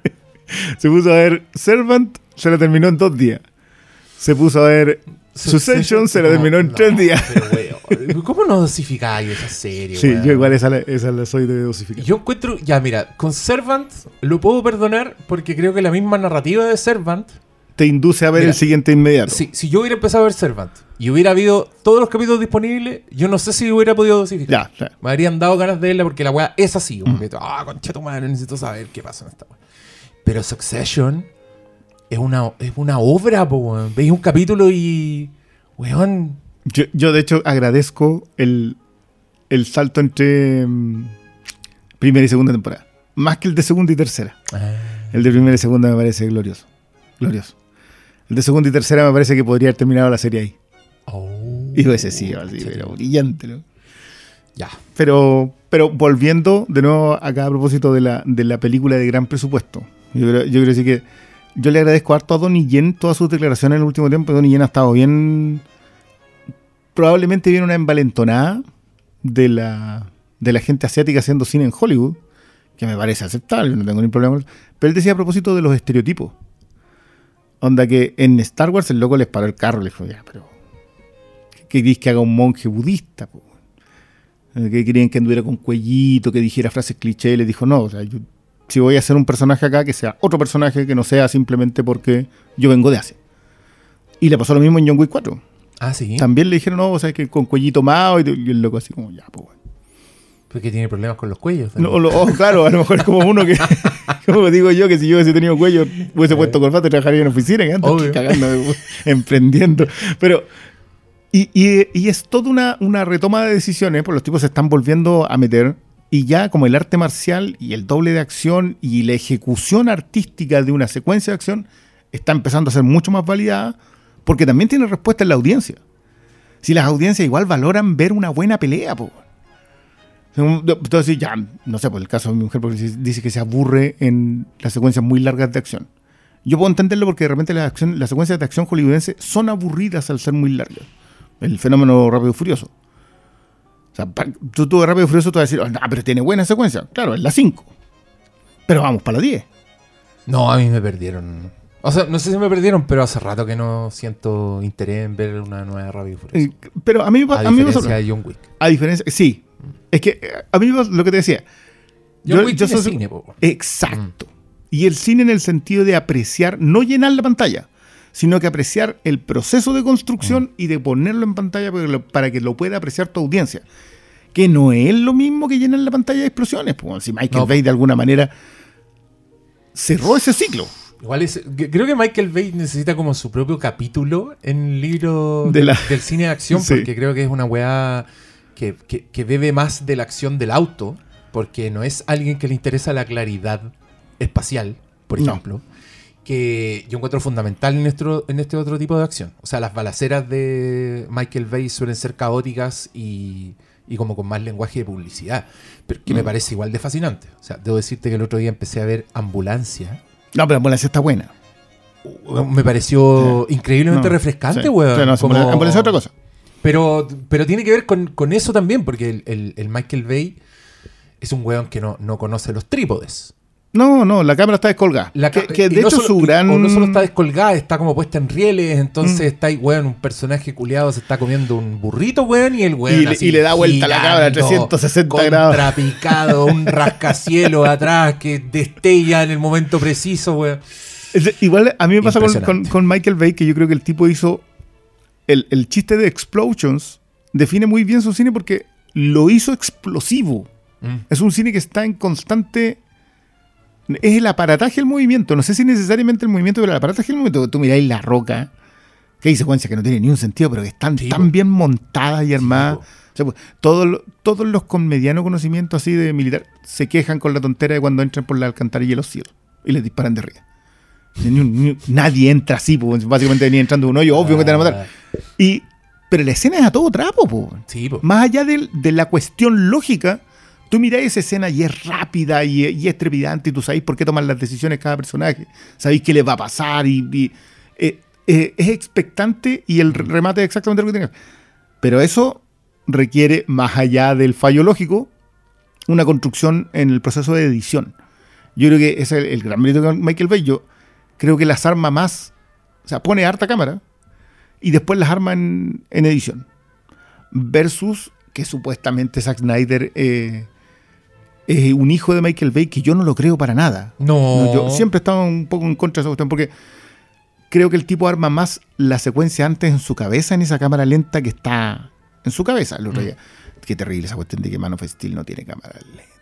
las- Se puso a ver Servant, se la terminó en dos días. Se puso a ver Succession, se la no, terminó en no, tres días. Pero, weón, ¿cómo no dosificáis esa serie, Sí, weón? yo igual esa, la- esa la soy de dosificar. Yo encuentro, ya mira, con Servant lo puedo perdonar porque creo que la misma narrativa de Servant, Te induce a ver Mira, el siguiente inmediato. si, si yo hubiera empezado a ver Servant y hubiera habido todos los capítulos disponibles, yo no sé si hubiera podido dosificar. Ya, ya. Me habrían dado ganas de verla porque la weá es así, como que, ah, concha tu madre, necesito saber qué pasa en esta weá. Pero Succession es una, es una obra, po, weón. Veis un capítulo y, weón, Yo, yo, de hecho, agradezco el, el salto entre mm, primera y segunda temporada. Más que el de segunda y tercera. El de primera y segunda me parece glorioso. Glorioso. El de segunda y tercera me parece que podría haber terminado la serie ahí. oh, Y ese sí, así, concha pero tu- brillante, ¿no? Ya. Pero, pero volviendo de nuevo acá a propósito de la, de la película de gran presupuesto. Yo creo, yo quiero decir que yo le agradezco harto a Donnie Yen todas sus declaraciones en el último tiempo. Donnie Yen ha estado bien. Probablemente viene una envalentonada de la, de la gente asiática haciendo cine en Hollywood, que me parece aceptable, no tengo ningún problema con eso. Pero él decía a propósito de los estereotipos. Onda que en Star Wars el loco les paró el carro y le dijo, ya, pero ¿qué querís que haga un monje budista? Po? Que querían que anduviera con cuellito, que dijera frases cliché, y les dijo, no, o sea, yo, si voy a hacer un personaje acá, que sea otro personaje, que no sea simplemente porque yo vengo de Asia. Y le pasó lo mismo en John Wick cuatro. Ah, sí. También le dijeron, no, o sea, que con cuellito mao, y, y el loco así como, ya, pues bueno. Porque tiene problemas con los cuellos. No, lo- oh, claro, a lo mejor es como uno que, como digo yo, que si yo hubiese tenido cuello, hubiese puesto corbata y trabajaría en oficina, que antes Obvio. cagando, emprendiendo. Pero, y, y, y es toda una, una retoma de decisiones, porque los tipos se están volviendo a meter y ya como el arte marcial y el doble de acción y la ejecución artística de una secuencia de acción está empezando a ser mucho más validada porque también tiene respuesta en la audiencia. Si las audiencias igual valoran ver una buena pelea, po. Entonces ya, no sé, por el caso de mi mujer, porque dice que se aburre en las secuencias muy largas de acción. Yo puedo entenderlo porque de repente las, acción, las secuencias de acción hollywoodense son aburridas al ser muy largas. El fenómeno Rápido y Furioso. O sea, tú, tú de Rápido y Furioso te vas a decir, oh, no, pero tiene buena secuencia. Claro, es la cinco. Pero vamos para la diez. No, a mí me perdieron. O sea, no sé si me perdieron, pero hace rato que no siento interés en ver una nueva Rápido y Furioso. Eh, pero a mí, a, a mí me diferencia pasa. de John Wick. A diferencia, sí. Es que a mí lo que te decía. John yo, Wick yo tiene soy, cine, po. Exacto. Mm. Y el cine en el sentido de apreciar, no llenar la pantalla, sino que apreciar el proceso de construcción mm. y de ponerlo en pantalla para que, lo, para que lo pueda apreciar tu audiencia. Que no es lo mismo que llenar la pantalla de explosiones. Pues, si Michael no, Bay de alguna manera cerró ese ciclo. Igual es, creo que Michael Bay necesita como su propio capítulo en el libro de la... del cine de acción, sí. Porque creo que es una weá que, que, que bebe más de la acción del auto, porque no es alguien que le interesa la claridad espacial, por ejemplo, no. Que yo encuentro fundamental en, nuestro, en este otro tipo de acción. O sea, las balaceras de Michael Bay suelen ser caóticas y, y como con más lenguaje de publicidad, pero que mm. me parece igual de fascinante. O sea, debo decirte que el otro día empecé a ver Ambulancia. No, pero Ambulancia está buena. Me pareció sí. increíblemente no, refrescante, sí. weón. Sí, no, como... Ambulancia es otra cosa. Pero, pero tiene que ver con, con eso también, porque el, el, el Michael Bay es un weón que no, no conoce los trípodes. No, no, la cámara está descolgada. La que, que de no hecho solo, su gran... O no solo está descolgada, está como puesta en rieles, entonces mm. está ahí, weón, un personaje culiado se está comiendo un burrito, weón, y el weón y, así, y le da vuelta girando, a la cámara a trescientos sesenta grados. Contrapicado, un rascacielos atrás que destella en el momento preciso, weón. Igual a mí me pasa con, con, con Michael Bay, que yo creo que el tipo hizo... El, el chiste de Explosions define muy bien su cine porque lo hizo explosivo. Mm. Es un cine que está en constante... Es el aparataje del movimiento. No sé si necesariamente el movimiento, pero el aparataje del movimiento. Tú miráis La Roca, que hay secuencias que no tienen ni un sentido, pero que están sí, tan bien montadas y armadas. Sí, o sea, pues, todo, todos los con mediano conocimiento así de militar se quejan con la tontera de cuando entran por la alcantarilla de los cielos y les disparan de arriba. Ni, ni, nadie entra así, pues, básicamente venía entrando un hoyo, obvio ah. que te van a matar. Y, pero la escena es a todo trapo, pues. Sí, po. Más allá de, de la cuestión lógica. Tú mirás esa escena y es rápida y, y es trepidante y tú sabés por qué toman las decisiones cada personaje. Sabéis qué les va a pasar y, y eh, eh, es expectante y el remate es exactamente lo que tengas. Pero eso requiere, más allá del fallo lógico, una construcción en el proceso de edición. Yo creo que ese es el, el gran mérito de Michael Bay. Yo creo que las arma más... O sea, pone harta cámara y después las arma en, en edición. Versus que supuestamente Zack Snyder... Eh, es un hijo de Michael Bay que yo no lo creo para nada. No. no yo siempre he estado un poco en contra de esa cuestión porque creo que el tipo arma más la secuencia antes en su cabeza, en esa cámara lenta que está en su cabeza. El otro día. Mm. Qué terrible esa cuestión de que Man of Steel no tiene cámara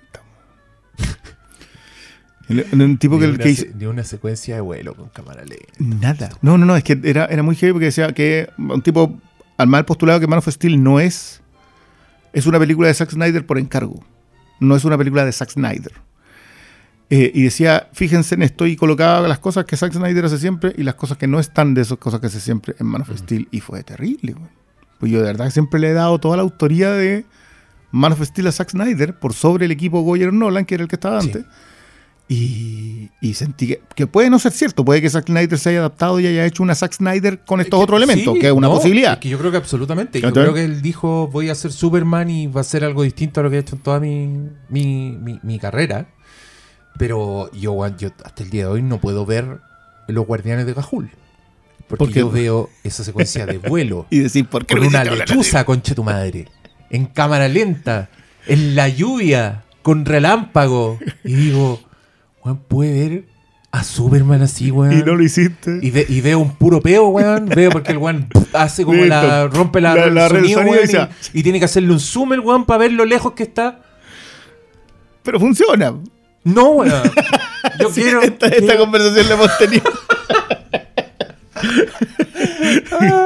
lenta. Un tipo de que, que hizo... De una secuencia de vuelo con cámara lenta. Nada. No, no, no. Es que era, era muy heavy porque decía que un tipo al mal postulado que Man of Steel no es... Es una película de Zack Snyder por encargo. No es una película de Zack Snyder. Eh, y decía, fíjense en esto y colocaba las cosas que Zack Snyder hace siempre y las cosas que no están de esas cosas que hace siempre en Man of Steel. Y fue terrible, güey. Pues yo de verdad siempre le he dado toda la autoría de Man of Steel a Zack Snyder por sobre el equipo Goyer Nolan, que era el que estaba antes. Sí. Y, y sentí que, que puede no ser cierto. Puede que Zack Snyder se haya adaptado y haya hecho una Zack Snyder con estos que, otros elementos, sí, que es una no, posibilidad. Es que yo creo que absolutamente. Yo ¿Entonces? creo que él dijo, voy a ser Superman y va a ser algo distinto a lo que he hecho en toda mi, mi, mi, mi carrera. Pero yo, yo hasta el día de hoy no puedo ver Los Guardianes de Ga'Hoole. Porque ¿Por yo veo esa secuencia de vuelo y decir, ¿por qué con una lechuza, concha tu madre, en cámara lenta, en la lluvia, con relámpago. Y digo... Weón, puede ver a Superman así, weón. Y no lo hiciste. Y, ve, y veo un puro peo, weón. Veo porque el weón hace como Listo. la... Rompe la, la, el la sonido, sonido weón, y, sea, y, y tiene que hacerle un zoom el weón para ver lo lejos que está. Pero funciona. No, weón. Yo sí, quiero... Esta, quiero... esta conversación la hemos tenido. ah,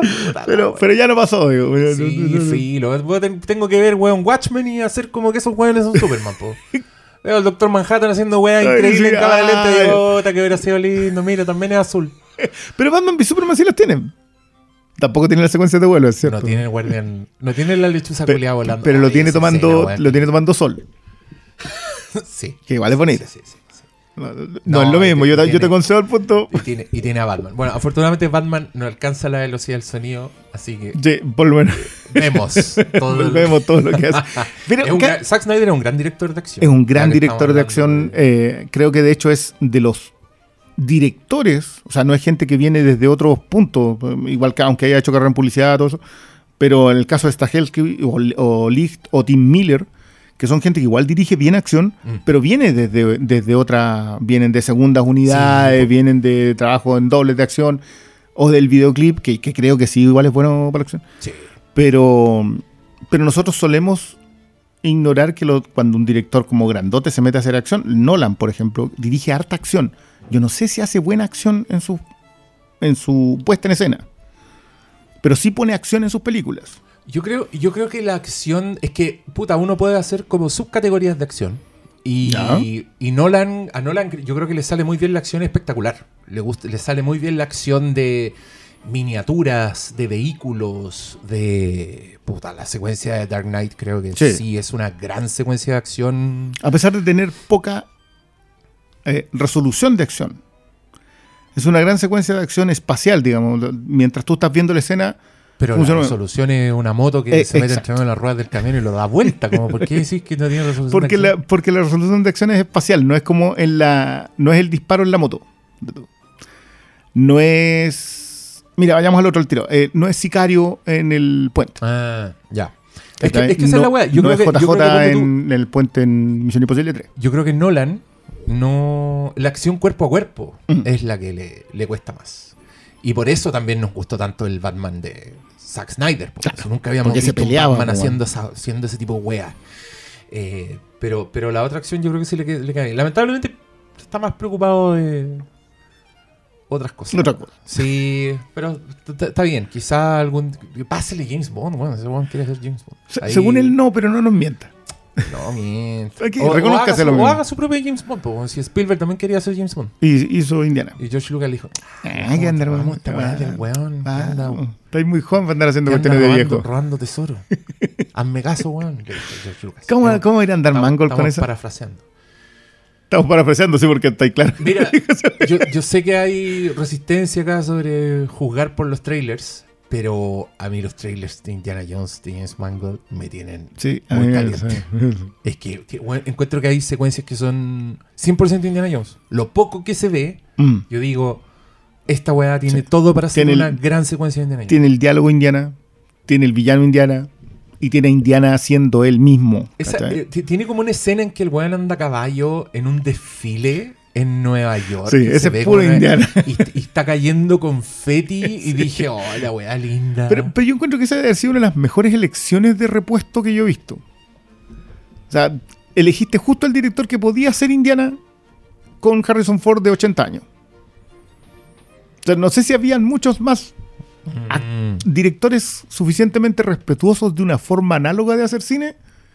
pero, pero ya no pasó, digo. Sí, filo. Tengo que ver, weón, Watchmen y hacer como que esos weones son Superman, po. Veo al Doctor Manhattan haciendo weá increíble sí, en cámara lenta y ay. digo, "Ota, que hubiera sido lindo, mira, también es azul". Pero Batman v Superman sí las tienen. Tampoco tiene las secuencias de vuelo, es cierto. No tiene el guardián, no tiene la lechuza Pe- culiada volando. Pero lo Ay, tiene esa tomando, escena, weón. lo tiene tomando sol. Sí. Que igual es bonito. Sí, sí, sí, sí. No, no, no No, es lo mismo. y Yo, te- tiene- yo te concedo el punto. Y tiene, y tiene a Batman. Bueno, afortunadamente Batman no alcanza la velocidad del sonido, así que Sí, por lo menos. vemos todo. el- Vemos todo lo que hace. Pero Es un ca- gran- Zack Snyder es un gran director de acción. es un Ya gran que director estamos de hablando acción. eh, creo que de hecho es de los directores. O sea, no es gente que viene desde otros puntos. eh, Igual que aunque haya hecho carrera en publicidad, todo eso. Pero en el caso de Stahelski o, o Licht o Tim Miller, que son gente que igual dirige bien acción, Mm. pero viene desde, desde otra, vienen de segundas unidades, Sí. vienen de trabajo en dobles de acción o del videoclip, que, que creo que sí, igual es bueno para la acción. Sí. Pero, pero nosotros solemos ignorar que lo- cuando un director como grandote se mete a hacer acción, Nolan, por ejemplo, dirige harta acción. Yo no sé si hace buena acción en su, en su puesta en escena, pero sí pone acción en sus películas. Yo creo, yo creo que la acción es que, puta, uno puede hacer como subcategorías de acción. Y, Ya. y Nolan, a Nolan yo creo que le sale muy bien la acción espectacular. Le gusta, le sale muy bien la acción de miniaturas, de vehículos, de... Puta, la secuencia de Dark Knight creo que sí, Sí. es una gran secuencia de acción. A pesar de tener poca eh, resolución de acción. Es una gran secuencia de acción espacial, digamos. Mientras tú estás viendo la escena, Pero funciona- la resolución es una moto que Eh, se mete exacto. entre las ruedas del camión y lo da vuelta. Como, ¿por qué decís que no tiene resolución porque de la, acción? porque la resolución de acción es espacial, no es como en la. No es el disparo en la moto. No es. Mira, vayamos al otro al tiro. Eh, no es Sicario en el puente. Ah, ya. Es que, es que esa no, es la weá. Yo no creo es que, J yo creo que J ponte tú- en el puente en Misión Imposible tres. Yo creo que Nolan no. La acción cuerpo a cuerpo Mm. es la que le, le cuesta más. Y por eso también nos gustó tanto el Batman de Zack Snyder. Porque Claro, nunca habíamos porque se visto un peleaba, Batman po, haciendo, esa- haciendo ese tipo de wea. Eh, pero, pero la otra acción yo creo que sí le, que- le cae. Lamentablemente está más preocupado de otras cosas. Otra cosa. Sí, pero t- t- está bien. Quizá algún. Pásele James Bond. Bueno, ese weón quiere ser James Bond. Se- Ahí- Según él, no, pero no nos mienta. No, miente. Hay que O, o, reconózcase haga su, lo o mismo. haga su propio James Bond. Po. Si Spielberg también quería ser James Bond. Y hizo Indiana. Y George Lucas le dijo: Ah, que andar, vamos, weón. esta weá del weón. que anda- Ah, estáis muy joven para andar haciendo que anda cuestiones de robando, viejo. robando tesoro. Hazme caso, weón. Le dijo George Lucas. ¿Cómo, Estamos- ¿Cómo ir a andar estamos- mangold con estamos eso? parafraseando. Estamos parafraseando, sí, porque está ahí claro. Mira, yo, yo sé que hay resistencia acá sobre juzgar por los trailers, pero a mí los trailers de Indiana Jones, de James Mangold, me tienen Sí, a muy mí, caliente. sí. Es que, que, bueno, encuentro que hay secuencias que son cien por ciento Indiana Jones. Lo poco que se ve, Mm. yo digo, esta weá tiene Sí. todo para ser Tiene una el- gran secuencia de Indiana Jones. Tiene el diálogo Indiana, tiene el villano Indiana y tiene a Indiana siendo él mismo. Esa- ¿cachai? eh, t- tiene como una escena en que el weón anda a caballo en un desfile en Nueva York. Sí, que ese se es ve puro como una- Indiana. Y, y está cayendo confeti y dije, oh, la weá linda. Pero, pero yo encuentro que esa debe haber sido una de las mejores elecciones de repuesto que yo he visto. O sea, elegiste justo al director que podía ser Indiana con Harrison Ford de ochenta años. O sea, no sé si habían muchos más Mm. directores suficientemente respetuosos de una forma análoga de hacer cine.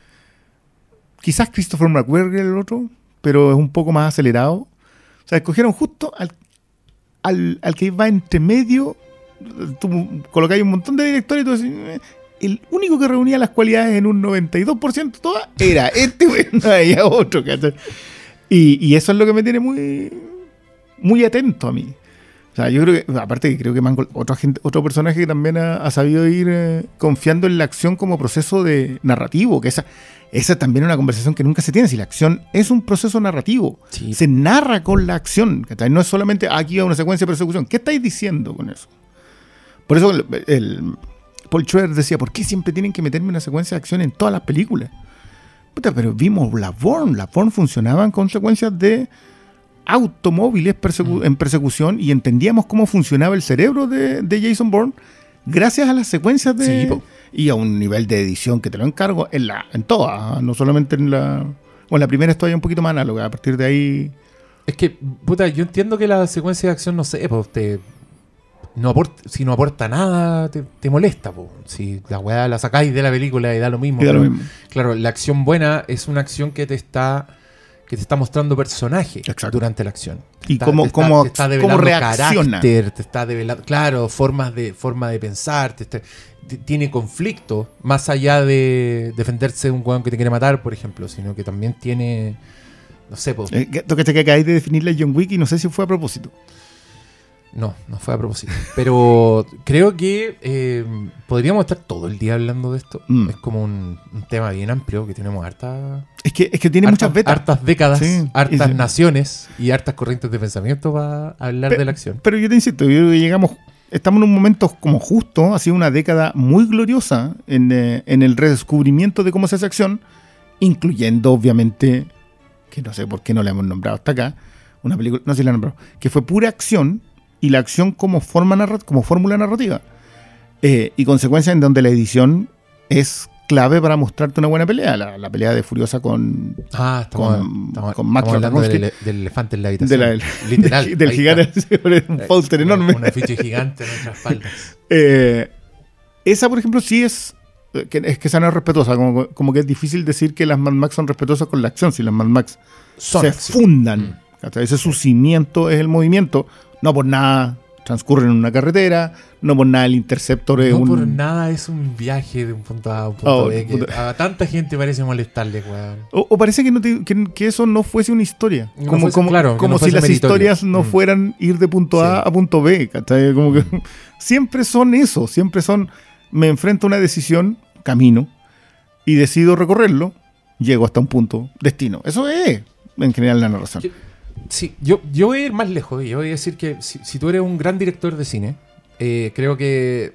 Quizás Christopher McQuarrie el otro, pero es un poco más acelerado. O sea, escogieron justo al, al, al que va entre medio. Tú colocáis un montón de directores y tú decís, "Eh", el único que reunía las cualidades en un noventa y dos por ciento todas era este, güey, no había otro. ¿Cachai? Y, y eso es lo que me tiene muy, muy atento a mí. O sea, yo creo que, aparte que creo que Mangold, otro, agente, otro personaje que también ha, ha sabido ir eh, confiando en la acción como proceso de narrativo, que esa, esa también es una conversación que nunca se tiene. Si la acción es un proceso narrativo, Sí. se narra con la acción, ¿cachai? No es solamente "Ah, aquí va una secuencia de persecución". ¿Qué estáis diciendo con eso? Por eso el, el- Paul Schroeder decía, ¿por qué siempre tienen que meterme una secuencia de acción en todas las películas? Puta, pero vimos la Bourne, la Bourne funcionaban con secuencias de automóviles persecu- Mm. en persecución y entendíamos cómo funcionaba el cerebro de, de Jason Bourne gracias a las secuencias de Sí, po. y a un nivel de edición que te lo encargo en la en todas, ¿ah? No solamente en la bueno, en la primera es todavía un poquito más análoga, a partir de ahí Es que, puta, yo entiendo que la secuencia de acción, no sé, pues te, no aporta, si no aporta nada, te, te molesta, po. Si la weá la sacáis de la película y da lo mismo. Y da lo pero, mismo. Claro, la acción buena es una acción que te está que te está mostrando personaje Exacto. durante la acción. Y Está- cómo- te está- cómo- te está cómo develando reacciona. carácter, te está develando, claro, formas de, forma de pensar, te está- t- tiene conflicto, más allá de defenderse de un weón que te quiere matar, por ejemplo, sino que también tiene, no sé, po, Eh, que- Toca que acabáis de definirle a John Wick y no sé si fue a propósito. no, no fue a propósito. Pero creo que eh, podríamos estar todo el día hablando de esto. Mm. Es como un, un tema bien amplio que tenemos hartas Es que, es que tiene hartas, muchas betas. hartas décadas, Sí, hartas y sí. naciones y hartas corrientes de pensamiento para hablar Pe- de la acción. Pero yo te insisto, yo creo que llegamos, estamos en un momento como justo, ha sido una década muy gloriosa en, eh, en el redescubrimiento de cómo se hace acción, incluyendo obviamente, que no sé por qué no la hemos nombrado hasta acá, una película, no sé si la he nombrado, que fue pura acción y la acción como forma narra- como fórmula narrativa. Eh, y consecuencia en donde la edición es clave para mostrarte una buena pelea. La, la pelea de Furiosa con, Ah, estamos, con- estamos- con Max estamos hablando del, Tarkovsky. del elefante en la de habitación. la- Literal. del, del ahí gigante, está. un póster Una- enorme. Un afiche gigante en nuestras espaldas. Eh, esa, por ejemplo, sí es eh, que, es que esa no es respetuosa. Como, como que es difícil decir que las Mad Max son respetuosas con la acción, si las Mad Max Son se acción. fundan. Mm. ¿Cachai? Ese su cimiento es el movimiento. No por nada transcurren en una carretera, no por nada el Interceptor es No un... por nada es un viaje de un punto A a un punto Oh, B. Que puta. a tanta gente parece molestarle, weón. O, o parece que, no te- que, que eso no fuese una historia. No como fuese- como, claro, que como no si fuese las meritorio. historias no Mm. fueran ir de punto A Sí. a punto B. ¿Cachai? Como que siempre son eso. Siempre son. Me enfrento a una decisión, camino, y decido recorrerlo, llego hasta un punto, destino. Eso es, en general, la narración. Yo- Sí, yo, yo voy a ir más lejos. Yo voy a decir que si, si tú eres un gran director de cine, eh, creo que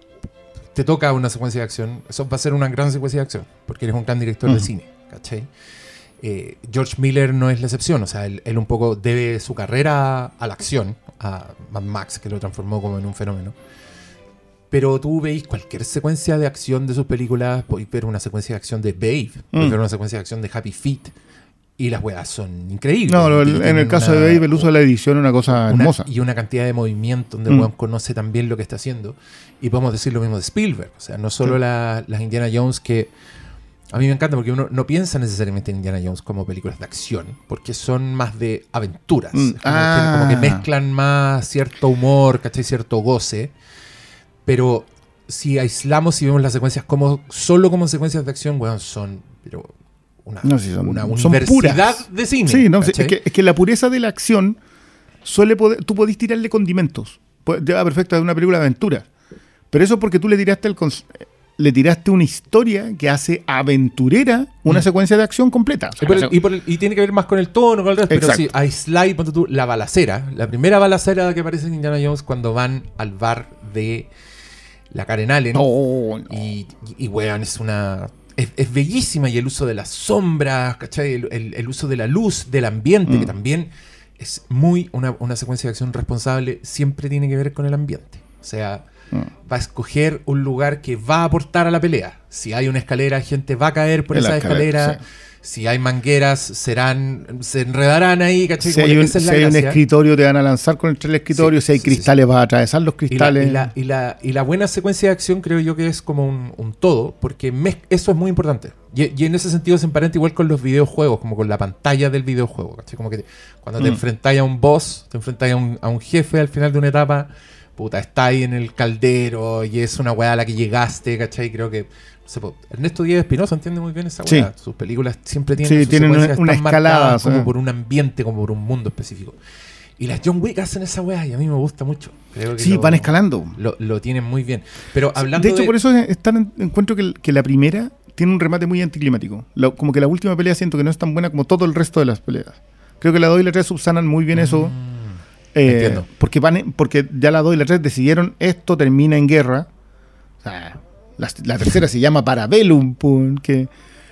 te toca una secuencia de acción. Eso va a ser una gran secuencia de acción, porque eres un gran director de Ujú. cine, ¿cachai? Eh, George Miller no es la excepción. O sea, él, él un poco debe su carrera a la acción, a Mad Max, que lo transformó como en un fenómeno. Pero tú veis cualquier secuencia de acción de sus películas, podéis ver una secuencia de acción de Babe, podéis Mm. ver una secuencia de acción de Happy Feet, y las weas son increíbles. No, no, Y el- en tienen el caso una- de Babe, el uso de la edición es una cosa una- hermosa. y una cantidad de movimiento donde Mm. el weón conoce también lo que está haciendo. Y podemos decir lo mismo de Spielberg. O sea, no solo Sí. la- las Indiana Jones, que a mí me encanta porque uno no piensa necesariamente en Indiana Jones como películas de acción, porque son más de aventuras. Mm. Es como, Ah. que, como que mezclan más cierto humor, ¿cachai? Cierto goce. Pero si aislamos y vemos las secuencias como solo como secuencias de acción, weón, son pero una, No, sí, son- una son universidad puras. de cine. Sí, no, sí, ¿cachai? es, que, es que la pureza de la acción suele poder, tú podés tirarle condimentos. Pu- Ya, perfecto, es una película de aventura. Pero eso porque tú le tiraste el cons- le tiraste una historia que hace aventurera una Mm. secuencia de acción completa. O sea, Y, por el- la- y por el- y tiene que ver más con el tono, con el resto, pero Exacto. sí, aisláis, ponte tú, la balacera. La primera balacera que aparece en Indiana Jones cuando van al bar de la Karen Allen. No, no. Y, y, y, weón, es una... Es, es bellísima, y el uso de las sombras, ¿cachai? El, el- el uso de la luz, del ambiente, Mm. que también es muy... Una, una secuencia de acción responsable siempre tiene que ver con el ambiente. O sea, Mm. va a escoger un lugar que va a aportar a la pelea. Si hay una escalera, gente va a caer por En la esa escalera, escalera. Si hay mangueras, serán se enredarán ahí, ¿cachai? Si Como hay, que un, esa es si la hay un gracia. escritorio, te van a lanzar con el escritorio. Sí, si hay sí, sí, cristales, vas a atravesar los Y la, cristales. y, la, y, la, y la buena secuencia de acción creo yo que es como un, un todo, porque mez- eso es muy importante. Y, y en ese sentido se emparenta igual con los videojuegos, como con la pantalla del videojuego, ¿cachai? Como que te- cuando te Mm. enfrentáis a un boss, te enfrentáis a un, a un jefe al final de una etapa, puta, está ahí en el caldero y es una weá a la que llegaste, ¿cachai? Creo que... no sé, po, Ernesto Díaz Espinosa entiende muy bien esa Sí. weá. Sus películas siempre tienen, Sí, sus tienen una- secuencias una están escalada, marcadas como sí. por un ambiente, como por un mundo específico. Y las John Wick hacen esa weá y a mí me gusta mucho. Creo que Sí, lo- van escalando. Lo, lo tienen muy bien. Pero hablando De hecho, por eso es tan, encuentro que, el- que la primera tiene un remate muy anticlimático. La- como que la última pelea siento que no es tan buena como todo el resto de las peleas. Creo que la dos y la tres subsanan muy bien eso. Mm, eh, entiendo. porque, van, en- porque ya la dos y la tres decidieron esto termina en guerra. O sea, la, la tercera se llama Parabellum. pum, que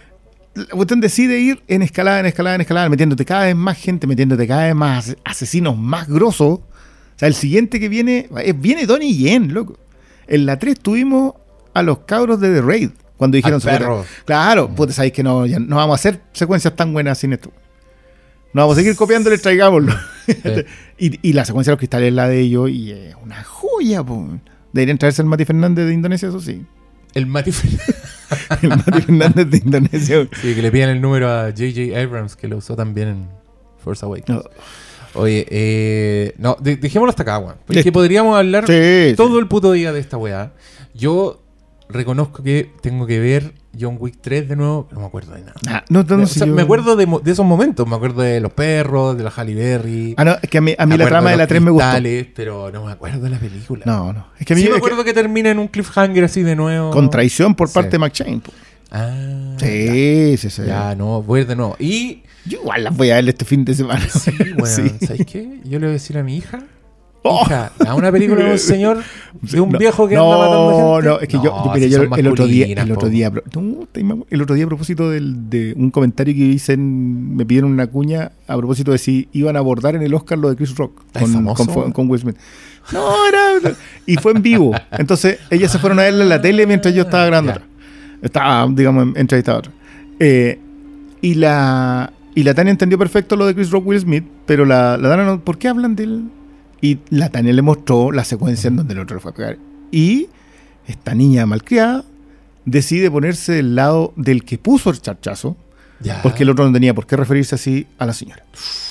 la cuestión decide ir en escalada, en escalada, en escalada, metiéndote cada vez más gente, metiéndote cada vez más asesinos más grosos. O sea, el siguiente que viene, es, viene Donnie Yen, loco. En la tres tuvimos a los cabros de The Raid. Cuando dijeron, Al perro. puta, claro, pues sabéis que no, ya no vamos a hacer secuencias tan buenas sin esto. No vamos a seguir copiándole, traigámoslo. Sí. y, y la secuencia de los cristales es la de ellos y es una joya, po. Deberían traerse el Mati Fernández de Indonesia, eso sí. El Mati Fernández. El Mati Fernández de Indonesia. Sí, que le piden el número a J J Abrams, que lo usó también en Force Awakens. No. Oye, eh, no, de- dejémoslo hasta acá, weón. Porque Listo. podríamos hablar Sí, todo sí. el puto día de esta weá. Yo reconozco que tengo que ver John Wick tres de nuevo, pero no me acuerdo de nada. Ah, no, no, no, O si sea, yo- me acuerdo de, mo- de esos momentos, me acuerdo de los perros, de la Halle Berry. Ah, no, es que a mí, a mí me la acuerdo trama de la los tres me gustó. cristales, pero no me acuerdo de la película. No, no. Es que a mí Sí, me es que- acuerdo que, termina en un cliffhanger así de nuevo. con traición por Sí. parte de McShane. po. Ah, Sí, sí, sí. ya, no, voy a ir de nuevo. Y, Yo igual las voy a ver este fin de semana. sí, bueno, Sí. ¿sabes qué? Yo le voy a decir a mi hija, Oh. hija, a una película de un señor, de un No, viejo que no, anda matando gente. No, es que yo, yo, mira, si yo son el otro día, masculinas, el otro po. día, bro, no, te ima- el otro día a propósito del, de un comentario que hice, en- me pidieron una cuña a propósito de si iban a abordar en el Oscar lo de Chris Rock ¿Está con, famoso? con, con Will Smith. No, era, y fue en vivo. Entonces ellas se fueron a verla en la tele mientras yo estaba grabando. Ya. otra. Estaba, digamos, entrevistado. otra. Eh, y la y la Tania entendió perfecto lo de Chris Rock, Will Smith, pero la, la Dana no, ¿por qué hablan de él? Y la Tania le mostró la secuencia en donde el otro le fue a pegar. Y esta niña malcriada decide ponerse del lado del que puso el charchazo, Ya. porque el otro no tenía por qué referirse así a la señora.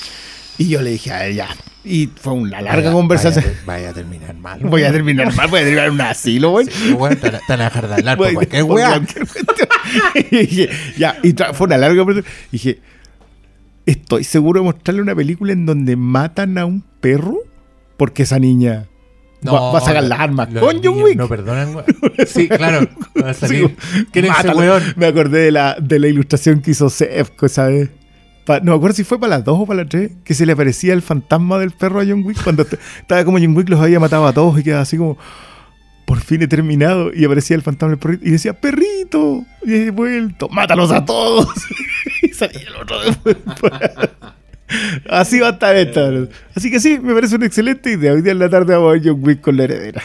Y yo le dije a ella, y fue una larga Vaya- conversación. Vaya, vaya a terminar mal. Voy a terminar mal, voy a terminar en un asilo, güey. Sí, weón, te van a- te van a dejar de hablar por Voy- cualquier por weá. cualquier cuestión. Y dije, ya, y tra- fue una larga conversación. Y dije, estoy seguro de mostrarle una película en donde matan a un perro, porque esa niña va, va a sacar las armas los con John niños Wick. No perdonan, weón. Sí, claro. Va a salir. Sí, ¿Quién es ese mátalo. weón? Me acordé de la, de la ilustración que hizo Sefco esa vez. Pa- no me acuerdo si fue para las dos o para las tres, que se le aparecía el fantasma del perro a John Wick cuando est- estaba como John Wick los había matado a todos y quedaba así como, por fin he terminado, y aparecía el fantasma del perrito y decía, perrito, y he vuelto, mátalos a todos. Y salía el otro después. Así va a estar esta. Así que sí, me parece una excelente idea. Hoy día en la tarde vamos a ver John Wick con la heredera.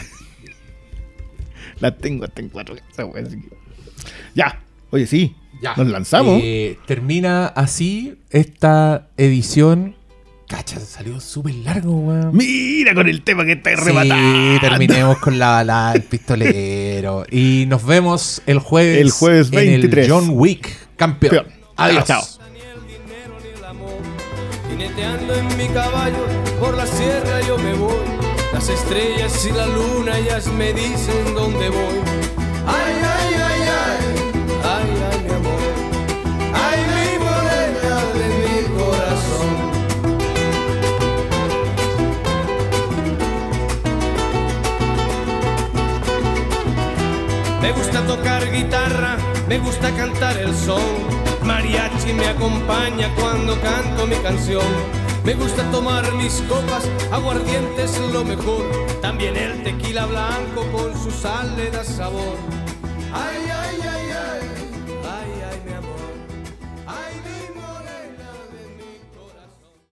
La tengo hasta en cuatro casas, güey, así que- Ya, oye, sí. Ya. Nos lanzamos. Eh, termina así esta edición. Cacha, salió súper largo, weón. Mira con el tema que está Sí, rematando. terminemos con la, la- el pistolero. Y nos vemos el jueves, El jueves veintitrés. en el John Wick campeón. Peor. Adiós. Chao. Ni el dinero ni el amor. Jineteando en mi caballo por la sierra yo me voy. Las estrellas y la luna ellas me dicen dónde voy. Ay, ay, ay, ay, ay, ay, mi amor. Ay, mi morena de mi corazón. Me gusta tocar guitarra, me gusta cantar el son. Mariachi me acompaña cuando canto mi canción. Me gusta tomar mis copas, aguardiente es lo mejor. También el tequila blanco con su sal le da sabor. Ay, ay, ay.